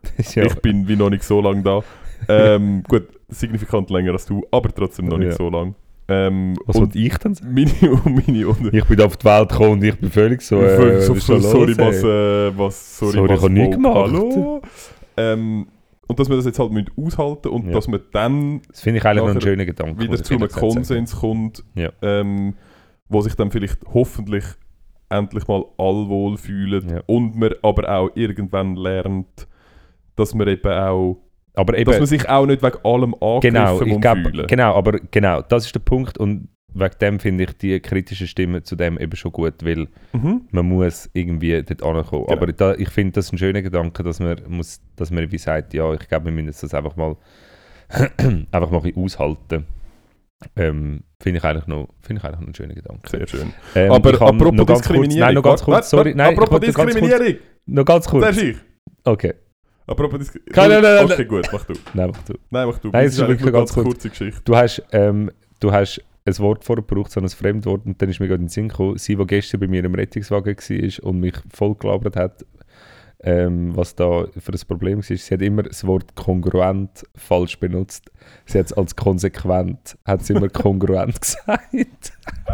Das ist ja, Ich bin wie noch nicht so lange da. Ähm, gut, signifikant länger als du, aber trotzdem noch nicht Ja. so lang. Ähm, was und wollte ich denn sagen? meine, meine Unter- Ich bin auf die Welt gekommen und ich bin völlig so... Äh, so, was ist so, da sorry, los, was, ey? äh, was, sorry, Sorry, was, ich habe nichts Vogue, gemacht. Hallo. Ähm, und dass wir das jetzt halt müssen aushalten und Ja. dass man dann Das finde ich eigentlich noch einen nachher schönen Gedanken. wieder muss ich zu einem ehrlich gesagt sagen. Konsens kommt, Ja. ähm, wo sich dann vielleicht hoffentlich endlich mal alle wohlfühlen Ja. und man aber auch irgendwann lernt, dass man eben auch, Aber eben, dass man sich auch nicht wegen allem angegriffen genau, ich muss glaub, fühlen. genau, aber genau, das ist der Punkt und wegen dem finde ich die kritische Stimme zu dem eben schon gut, weil Mhm. man muss irgendwie dort ankommen. Genau. Aber da, ich finde das ein schöner Gedanke, dass man muss, dass man wie sagt, ja, ich glaube, wir müssen das einfach mal einfach mal ein bisschen aushalten. Ähm, finde ich eigentlich noch, finde ich eigentlich noch einen schönen Gedanke. Sehr schön. Ähm, aber ich kann apropos noch ganz kurz, Diskriminierung. nein, noch ganz Warte, kurz, warte, sorry, warte, nein, ich apropos wollte ganz kurz, Diskriminierung. noch ganz Das kurz. ist ich. Okay, Apropos Diskriminierung. Nein, nein, nein, Okay, nein. gut, mach du. nein, mach du. Nein, mach du. Nein, Das es ist eigentlich wirklich nur ganz eine kurz. kurze Geschichte. Du hast, ähm, du hast ein Wort vorher gebraucht, so ein Fremdwort, und dann ist mir gerade in den Sinn gekommen, sie, die gestern bei mir im Rettungswagen war und mich voll gelabert hat, ähm, was da für ein Problem war. Sie hat immer das Wort kongruent falsch benutzt. Sie hat es als konsequent, hat sie immer kongruent gesagt.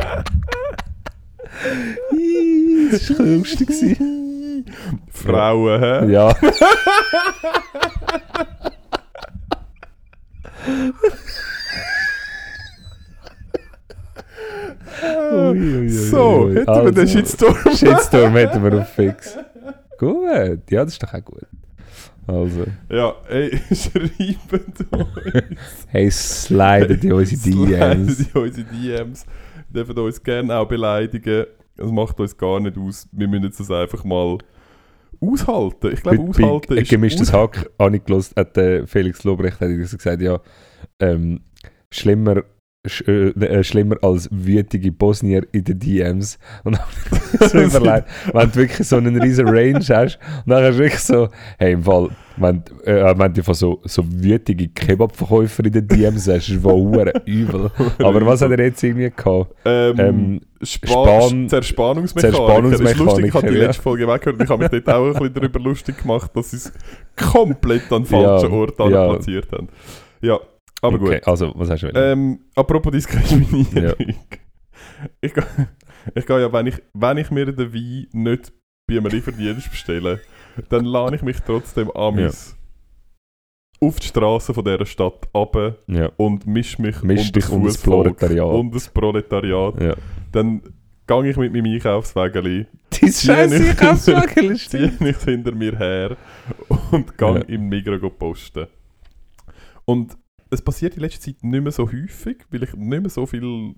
Ih, das war lustig gewesen. Frauen, hä? Ja. Ui, ui, ui, So, ui. hätten wir den Also, Shitstorm. Shitstorm hätten wir auf fix. Gut, ja, das ist doch auch gut. Also, Ja, ey, schreibt uns. hey, slidet in unsere D Ms. Slidet in unsere D Ms. Ihr dürft uns gerne auch beleidigen. Das macht uns gar nicht aus. Wir müssen jetzt das einfach mal aushalten. Ich glaube, aushalten Bei ist... gemischtes Hack habe ich gehört, hat der Felix Lobrecht hat gesagt, ja, ähm, schlimmer, sch, äh, äh, schlimmer als wütige Bosnier in den D Ms. Und dann habe ich so überlegt, wenn du wirklich so einen riesen Range hast, und dann hast du wirklich so, hey, im Fall, wenn, äh, wenn du von so, so wütige Kebabverkäufer in den D Ms hast, ist wohl verdammt übel. Aber was hat er jetzt irgendwie gehabt? Ähm, Ähm, Span Span- Zerspannungsmechaniker. Zerspannungsmechaniker, Ist lustig, ich habe die ja. letzte Folge weggehört und ich habe mich dort auch ein bisschen darüber lustig gemacht, dass sie es komplett an den falschen Ja, Ort ja. platziert haben. Ja, aber okay, gut. also, was hast du wollen? Ähm, apropos Diskriminierung. Ja. Ich, gehe, ich gehe ja, wenn ich, wenn ich mir den Wein nicht bei einem Lieferdienst bestelle, dann lade ich mich trotzdem amis auf die Straße von dieser Stadt runter ja. und mische mich Misch unter dich unter das Fussvolk, Proletariat. unter das Proletariat. ja. Dann gehe ich mit meinem Einkaufswägeli, Dein scheiß ich- Einkaufswagen ist ziehe ich hinter mir her und gehe Ja. im Migros go posten. Und es passiert in letzter Zeit nicht mehr so häufig, weil ich nicht mehr so viel...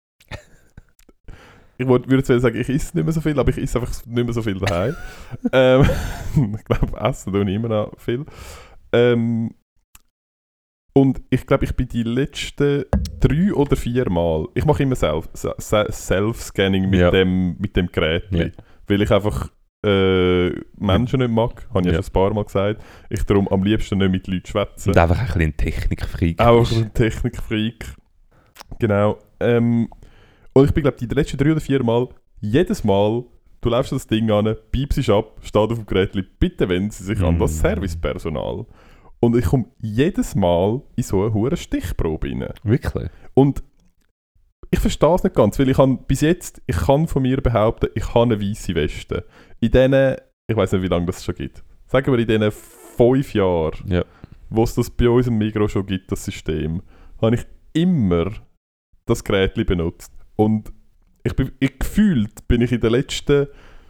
Ich wollt- würde jetzt sagen, ich esse nicht mehr so viel, aber ich esse einfach nicht mehr so viel daheim. ähm, ich glaube, essen tue ich immer noch viel. Ähm, und ich glaube, ich bin die letzten drei oder vier Mal, ich mache immer Self- Se- Self-Scanning mit, Ja. dem, mit dem Gerät, Ja. weil ich einfach äh, Menschen nicht mag, habe ich ja Ja. schon ein paar Mal gesagt. Ich darum am liebsten nicht mit Leuten schwätzen. Und einfach ein bisschen ein Technikfreak. Auch bist. ein Technikfreak. Genau. Ähm, und ich bin, glaube ich, die letzten drei oder vier Mal, jedes Mal, du läufst das Ding an, piepst ab, steht auf dem Gerät, bitte wenden Sie sich an das Mm. Servicepersonal. Und ich komme jedes Mal in so eine hohe Stichprobe rein. Wirklich? Und ich verstehe es nicht ganz, weil ich habe bis jetzt, ich kann von mir behaupten, ich habe eine weisse Weste. In diesen, ich weiß nicht, wie lange das schon gibt, sagen wir in diesen fünf Jahren, Ja. wo es das bei uns im Migros schon gibt, das System, habe ich immer das Gerät benutzt. Und ich bin, ich, gefühlt bin ich in den letzten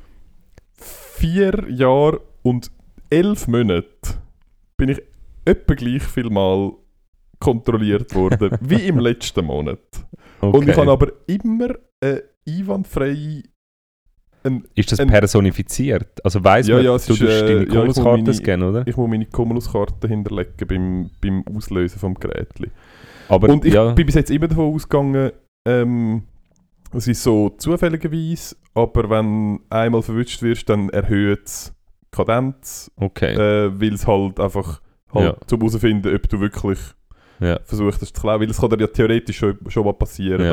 vier Jahren und elf Monaten bin ich etwa gleich viel Mal kontrolliert worden wie im letzten Monat. Okay. Und ich habe aber immer eine einwandfreie... Ein, ist das ein- personifiziert? Also weiss Ja, man, ja, es du ist, tust äh, deine ja, ich muss Cumulus-Karte meine- scannen, oder? ich muss meine Cumulus-Karte hinterlegen beim, beim Auslösen vom Gerät. Aber Und ich ja, bin bis jetzt immer davon ausgegangen, ähm, es ist so zufälligerweise, aber wenn du einmal verwünscht wirst, dann erhöht es die Kadenz, okay. äh, weil es halt einfach, halt Ja. zum herausfinden, ob du wirklich ja. versucht hast zu klauen. Weil es kann dir ja theoretisch schon, schon mal passieren, Ja. dass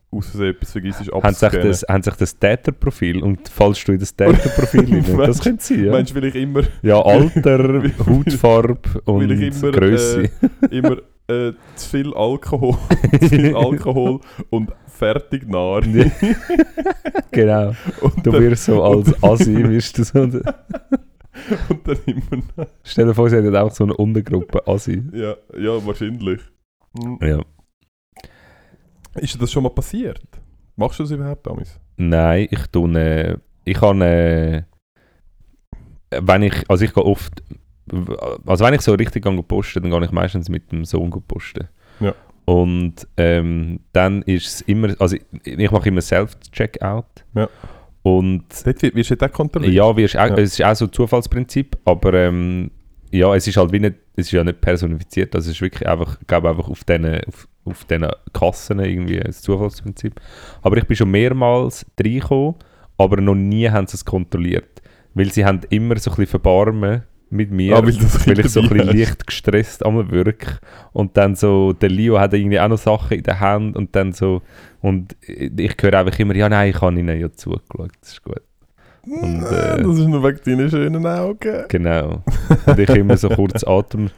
aus Versehen etwas vergisst, ist Haben sich das, haben sich das Täterprofil und fallst du in das Täterprofil rein? Das könnte sein, ja. Meinst du, will ich immer... Ja, Alter, Hautfarbe und will ich immer, Grösse. Äh, immer äh, zu viel Alkohol, zu viel Alkohol und fertig nah. Genau. Und Du dann, wirst so als Assi, wirst du so... und dann immer noch. Stell dir vor, sie hat auch so eine Untergruppe Assi. Ja, ja, wahrscheinlich. Hm. Ja. Ist dir das schon mal passiert? Machst du das überhaupt, Amis? Nein, ich tue... Äh, ich kann... Äh, wenn ich... Also ich gehe oft... Also wenn ich so richtig gehe posten, dann gehe ich meistens mit dem Sohn posten. Ja. Und ähm, dann ist es immer... Also ich, ich mache immer Self-Checkout. Ja. Und... Dort wird- wirst du dort kontrolliert? Ja, wirst auch, Ja. es ist auch so ein Zufallsprinzip, aber ähm, ja, es ist halt wie nicht, es ist ja nicht personifiziert, also es ist wirklich einfach, ich glaube einfach auf diesen auf, auf diesen Kassen irgendwie ein Zufallsprinzip. Aber ich bin schon mehrmals reingekommen, aber noch nie haben sie es kontrolliert, weil sie haben immer so ein bisschen Verbarmen mit mir, Ah, weil das weil ich so ein dabei bisschen hast. leicht gestresst am wirke und dann so, der Leo hat irgendwie auch noch Sachen in der Hand und dann so, und ich höre einfach immer, ja nein, ich habe ihnen ja zugeschaut, das ist gut. Und, Ah, äh, das ist nur wegen deinen schönen Augen. Genau. Und ich immer so kurz Atem.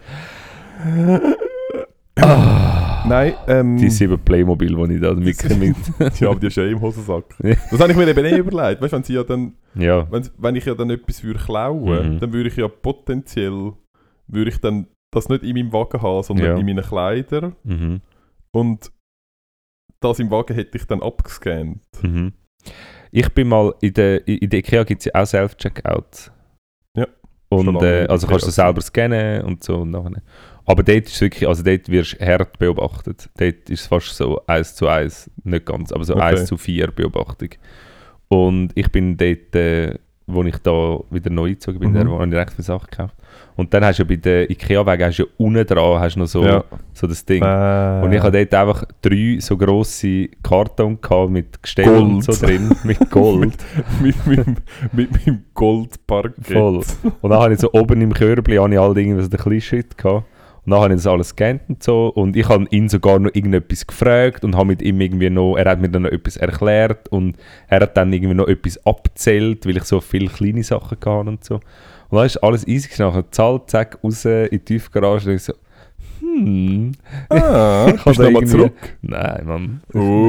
Ah, Nein, ähm... die sieben Playmobil, die ich da mitnehme. ja, aber die ist ja im Hosensack. Ja. Das habe ich mir eben eh überlegt. Weißt du, wenn sie ja dann... Ja. Wenn, wenn ich ja dann etwas würde klauen, Mhm. dann würde ich ja potenziell... Würde ich dann das nicht in meinem Wagen haben, sondern Ja. in meinen Kleidern. Mhm. Und das im Wagen hätte ich dann abgescannt. Mhm. Ich bin mal in der, in der IKEA gibt es ja auch Self-Checkouts. Ja, schon Und lange äh, in also kannst du IKEA. selber scannen und so. Und nachher. Aber dort ist wirklich, also dort wirst du hart beobachtet. Dort ist es fast so eins zu eins, nicht ganz, aber so Okay. eins zu vier Beobachtung. Und ich bin dort, äh, wo ich da wieder neu eingezogen bin, Mhm. da habe ich direkt viele Sachen gekauft. Und dann hast du ja bei den IKEA-Wagen hast du ja unten dran hast du noch so, Ja. so das Ding. Äh, Und ich hatte dort einfach drei so grosse Kartons gehabt mit Gestellen und so Gold. drin, mit Gold. mit, meinem, mit meinem Goldparkett. Voll. Und dann habe ich so oben im Körbchen habe ich all irgendwie so den kleinen Shit gehabt. Und dann habe ich das alles gescannt und so. Und ich habe ihn sogar noch irgendetwas gefragt und habe mit ihm irgendwie noch, er hat mir dann noch etwas erklärt und er hat dann irgendwie noch etwas abgezählt, weil ich so viele kleine Sachen hatte und so. Und dann ist alles easy gewesen. Nachher gezahlt, zack, raus in die Tiefgarage und ich so, hm. Ah, Ich bist habe du nochmal irgendwie- zurück? Nein, Mann.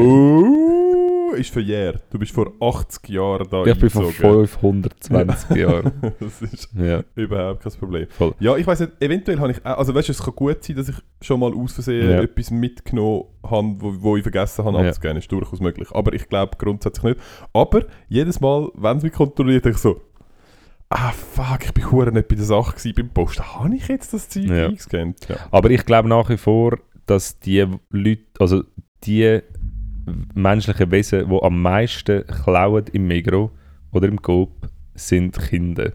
Oh, ist verjährt. Du bist vor achtzig Jahren da Ich bin vor eingezogen. fünfhundertzwanzig Jahren. Das ist Ja, überhaupt kein Problem. voll. Ja, ich weiss nicht, eventuell habe ich auch, also weißt du, es kann gut sein, dass ich schon mal aus Versehen Ja. etwas mitgenommen habe, wo, wo ich vergessen habe Ja. abzugeben. Ist durchaus möglich. Aber ich glaube grundsätzlich nicht. Aber jedes Mal, wenn es mich kontrolliert, denke ich so, ah fuck, ich bin hure nicht bei der Sache gewesen, beim Posten. Habe ich jetzt das Zeug Ja. eingescannt? Ja. Aber ich glaube nach wie vor, dass die Leute, also die menschlichen Wesen, die am meisten klauen im Migros oder im Coop, sind Kinder.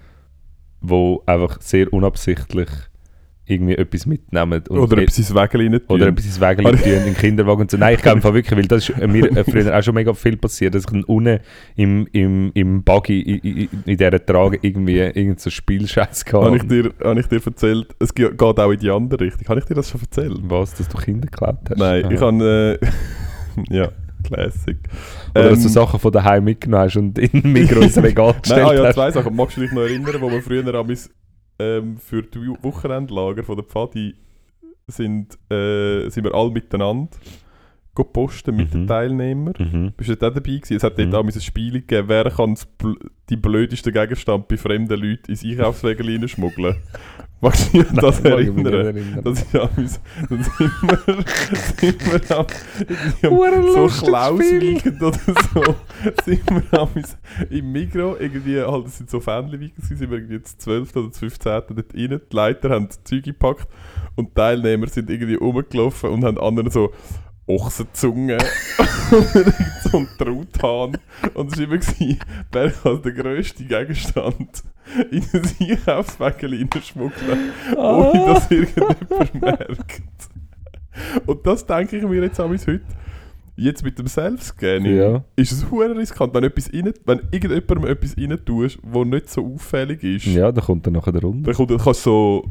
Die einfach sehr unabsichtlich irgendwie etwas mitnehmen. Und Oder etwas ins Wägel rein tun. oder etwas ins Wägel tun, im Kinderwagen und so. Nein, ich glaube einfach wirklich, weil das ist mir äh, früher auch schon mega viel passiert, dass ich dann unten im, im, im Buggy in, in, in dieser Trage irgendwie irgendein so Spielscheiß Habe hatte. ich, dir, habe ich dir erzählt, es ge- geht auch in die andere Richtung. Habe ich dir das schon erzählt? Was, dass du Kinder geklaut hast? Nein, Aha. ich habe... Äh, ja, Classic. Oder dass du Ähm, Sachen von daheim mitgenommen hast und in ein Mikro ins Regal Nein, gestellt ah, ja, hast. zwei Sachen. Magst du dich noch erinnern, wo wir früher am ähm, für die Wochenendlager von der Pfadi sind, äh, sind wir alle miteinander go posten mit Mhm. den Teilnehmern. Mhm. Bist du dort dabei gewesen? Es hat dort Mhm. auch ein Spiel gegeben, wer kann das bl- die blödesten Gegenstände bei fremden Leuten ins Einkaufswagen reinschmuggeln. Magst du dich an das Nein, mag ich mich nicht erinnern? erinnern. Das ist ja mis- dann sind wir, sind wir am, irgendwie am Hure so lustiges Klauswiegend oder so, sind wir am im Migros, irgendwie, halt, das sind so Fähnchen-Wiegen, sind wir irgendwie jetzt zwölften oder fünfzehnten dort rein, die Leiter haben die Zeug gepackt und die Teilnehmer sind irgendwie rumgelaufen und haben anderen so Ochsenzunge und so ein Truthahn. Und es war immer, gewesen, wer kann den grössten Gegenstand in ein Einkaufswagen reinschmuggeln, ohne dass irgendjemand merkt. Und das denke ich mir jetzt auch bis heute. Jetzt mit dem Self-Scanning Ja. ist es verdammt riskant, wenn, etwas rein, wenn irgendjemandem etwas rein tust, was nicht so auffällig ist. Ja, da kommt dann nachher der runter. Dann kommt, dann kannst du so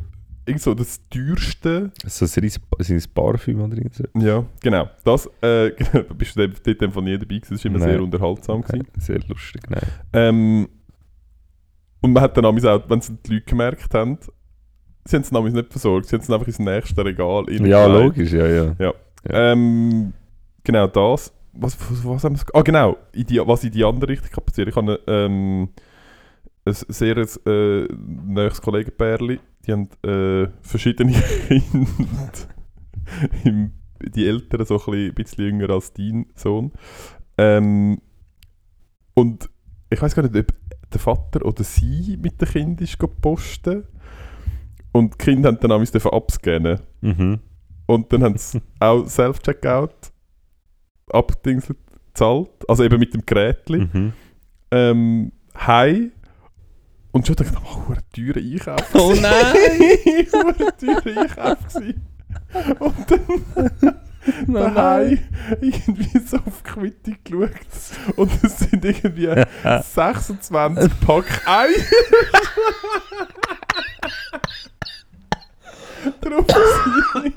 irgend so das teuerste... So ein riesen ein Parfüm drin. So. Ja, genau. Das äh, bist du dort dort von nie dabei gewesen. Das war immer Nein. sehr unterhaltsam. Okay. Gewesen. Sehr lustig, nein. Ähm, und man hat dann auch, wenn es die Leute gemerkt haben, sie haben es nämlich nicht versorgt, sie haben es einfach ins nächste Regal Ja, reingelegt. logisch, ja, ja. Ja. Ähm, genau das. Was, was, was haben wir... Ah, genau. In die, was in die andere Richtung kann passieren. Ich habe ähm, ein sehr äh, nahes Kollegenpärli, die haben äh, verschiedene Kinder. Im, die Eltern so ein bisschen, ein bisschen jünger als dein Sohn. Ähm, und ich weiß gar nicht, ob der Vater oder sie mit dem Kind ist posten. Und die Kinder haben dann auch müssen abscannen. Mhm. Und dann haben sie auch Self-Checkout abgedingselt, gezahlt. Also eben mit dem Gerätli. Mhm. Ähm, heim. Und schon dachte ich, oh, ein teurer Einkauf. Oh nein! ein teurer Einkauf gewesen. Und dann Oh daheim irgendwie so auf die Quittung geschaut. Und es sind irgendwie sechsundzwanzig Pack Eier drauf gewesen.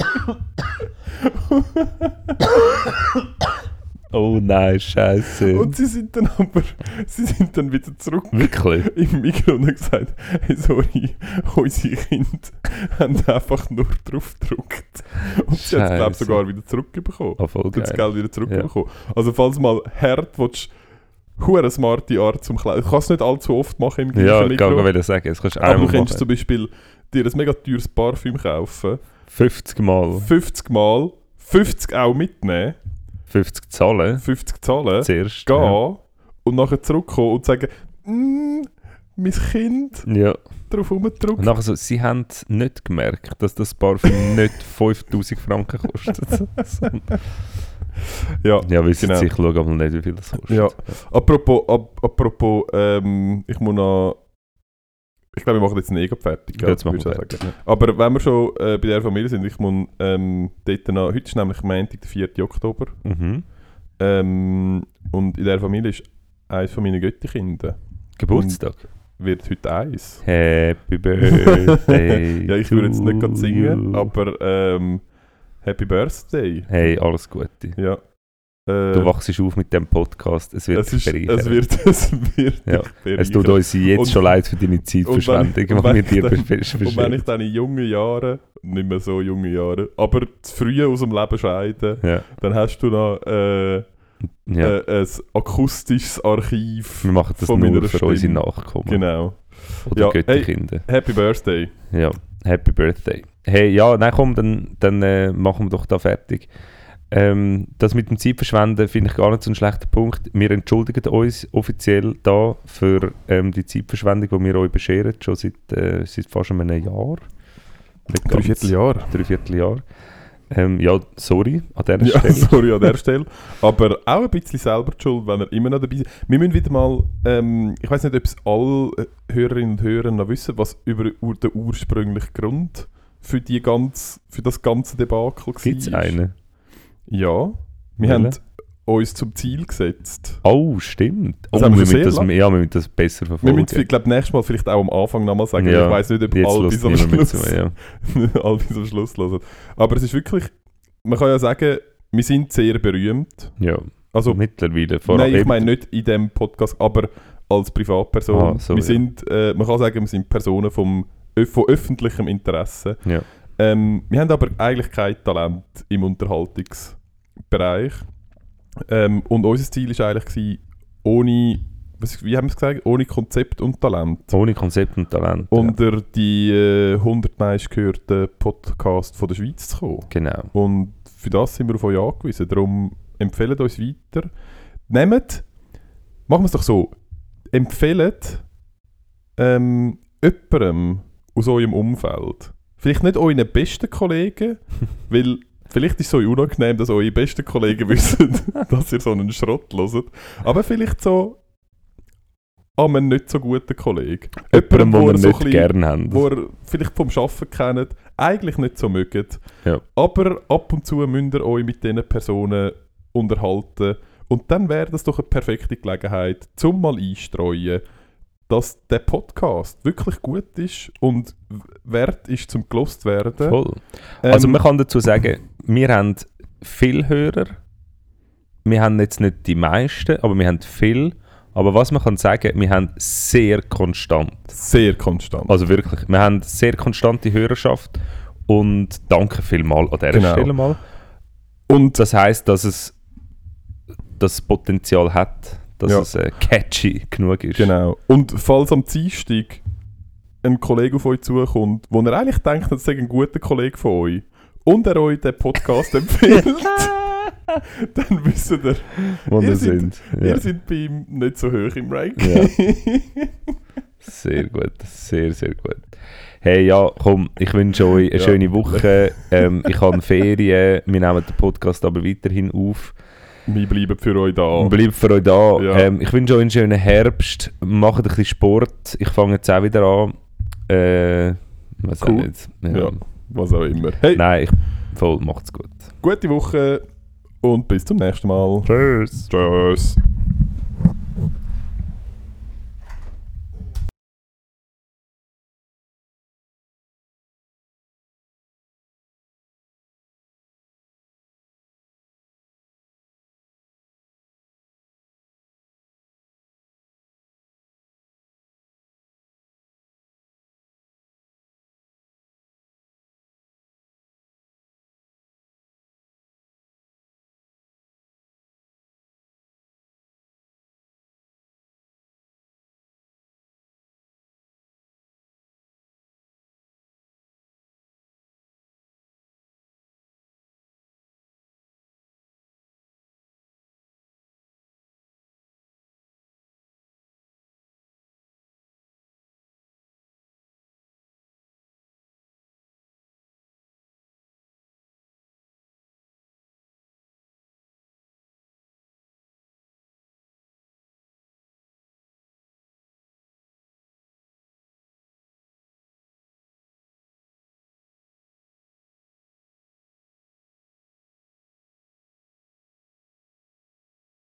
Oh nein, Scheiße. Und sie sind dann aber sie sind dann wieder zurück Wirklich? im Mikro und haben gesagt, hey, sorry, unsere Kinder haben einfach nur drauf gedruckt. Und sie haben es, glaube ich, sogar wieder zurückbekommen. Oh, voll Und das geil. Geld wieder zurückbekommen. Ja. Also falls mal hart willst, hure smarte Art zum Kleiden. Du kannst es nicht allzu oft machen im gleichen Ja, ich Mikro. kann ich sagen. Das kannst du Aber du einmal kannst machen. zum Beispiel dir ein mega teures Parfüm kaufen. fünfzig Mal. fünfzig Mal. fünfzig auch mitnehmen. fünfzig zahlen. fünfzig zahlen. Zuerst. Gehen. Ja. Und nachher zurückkommen und sagen, mm, mein Kind Ja. drauf rumgedrückt. Und nachher so, sie haben nicht gemerkt, dass das Parfüm nicht fünftausend Franken kostet. Ja, Ja, wissen genau. Sie, ich schaue aber nicht, wie viel das kostet. Ja. Apropos, ap apropos ähm, ich muss noch... Ich glaube, wir machen jetzt nicht fertig. Ja, jetzt machen würde wir ich fertig. sagen. Aber wenn wir schon äh, bei der Familie sind, ich muss ähm, dort noch... Heute ist nämlich Montag, der vierten Oktober. Mhm. Ähm, und in der Familie ist eines von meinen Göttikinder. Geburtstag. Wird heute eins. Happy Birthday. Ja, ich würde jetzt nicht to gerade singen, you. aber ähm, Happy Birthday. Hey, alles Gute. Ja. Äh, Du wachst auf mit dem Podcast. Es wird es, ist, bereichern. es wird, es wird Ja, dich Es tut bereichern. uns jetzt Und- schon leid für deine Zeitverschwendung, und wenn- die und wenn wir ich dir dann- be- Und wenn ich verschwenden. dann in jungen Jahren, nicht mehr so junge Jahre, aber zu früh aus dem Leben scheiden, Ja, dann hast du noch äh, ja. äh, ein akustisches Archiv. wir machen das von nur meiner für Stimme. unsere Nachkommen. Genau. Oder Ja, Götterkinder. Happy Birthday. Ja, Happy Birthday. Hey, ja, nein, komm, dann, dann äh, machen wir doch da fertig. Ähm, das mit dem Zeitverschwenden finde ich gar nicht so einen schlechten Punkt. Wir entschuldigen uns offiziell da für ähm, die Zeitverschwendung, die wir euch bescheren, schon seit, äh, seit fast einem Jahr. Nicht ganz. Dreivierteljahr. Dreivierteljahr. Ähm, ja, sorry an dieser Ja, Stelle. sorry an der Stelle. Aber auch ein bisschen selber die schuld, wenn er immer noch dabei ist. Wir müssen wieder mal, ähm, ich weiß nicht, ob es alle Hörerinnen und Hörer noch wissen, was über ur- den ursprünglichen Grund für, die ganz, für das ganze Debakel war. Gibt es einen? Ja. Wir Welche? haben uns zum Ziel gesetzt. Oh, stimmt. Oh, Das haben wir wir schon müssen sehr das, lang. ja, wir müssen das besser Wir verfolgen. müssen es, glaube nächstes Mal vielleicht auch am Anfang nochmal sagen. Ja, Ich weiß nicht, ob Jetzt alle lässt bis am niemand mehr Schluss, zu, ja. alle bis am Schluss hören. Aber es ist wirklich, man kann ja sagen, wir sind sehr berühmt. Ja, Also, mittlerweile. Vor nein, ich allem- meine nicht in diesem Podcast, aber als Privatperson. Ah, so, wir ja. sind, äh, man kann sagen, wir sind Personen vom, ö- von öffentlichem Interesse. Ja. Ähm, wir haben aber eigentlich kein Talent im Unterhaltungsbereich. Ähm, und unser Ziel war eigentlich, gewesen, ohne, was, wie haben wir es gesagt, ohne Konzept und Talent. Ohne Konzept und Talent. Unter die äh, hundert meistgehörten Podcasts von der Schweiz zu kommen. ja. Genau. Und für das sind wir auf euch angewiesen. Darum empfehlt uns weiter. Nehmt, machen wir es doch so, empfehlt ähm, jemandem aus eurem Umfeld. Vielleicht nicht euren besten Kollegen, weil vielleicht ist es euch unangenehm, dass eure besten Kollegen wissen, dass ihr so einen Schrott hört. Aber vielleicht so an einen nicht so guten Kollegen. Jemandem, wo den ihr wir so nicht ein bisschen- gerne haben. wo ihr vielleicht vom Arbeiten kennt, eigentlich nicht so mögt. Ja. Aber ab und zu müsst ihr euch mit diesen Personen unterhalten. Und dann wäre das doch eine perfekte Gelegenheit, zum mal einstreuen. dass der Podcast wirklich gut ist und wert ist, zum gelost werden. Voll. Ähm, Also man kann dazu sagen, wir haben viele Hörer. Wir haben jetzt nicht die meisten, aber wir haben viel. Aber was man kann sagen, wir haben sehr konstant. Sehr konstant. Also wirklich, wir haben sehr konstante Hörerschaft und danke vielmals an dieser Genau. Stelle mal. Und Das heisst, dass es das Potenzial hat, dass Ja. es äh, catchy genug ist. genau. Und falls am Dienstag ein Kollege auf euch zukommt, wo ihr eigentlich denkt, das sei ein guter Kollege von euch, und er euch den Podcast empfiehlt, dann wisst ihr, Wo Ihr wir seid- sind. Ja. ihr seid bei ihm nicht so hoch im Ranking. Ja. Sehr gut, sehr, sehr gut. Hey, ja, komm, ich wünsche euch eine Ja. schöne Woche. Ähm, ich habe Ferien, wir nehmen den Podcast aber weiterhin auf. Wir bleiben für euch da. Und bleibt für euch da. Ja. Ähm, ich wünsche euch einen schönen Herbst. Macht ein bisschen Sport. Ich fange jetzt auch wieder an. Äh, was Cool. auch nicht. Ja. Ja. Was auch immer. Hey, Nein, ich, voll, macht's gut. gute Woche und bis zum nächsten Mal. Tschüss. Tschüss.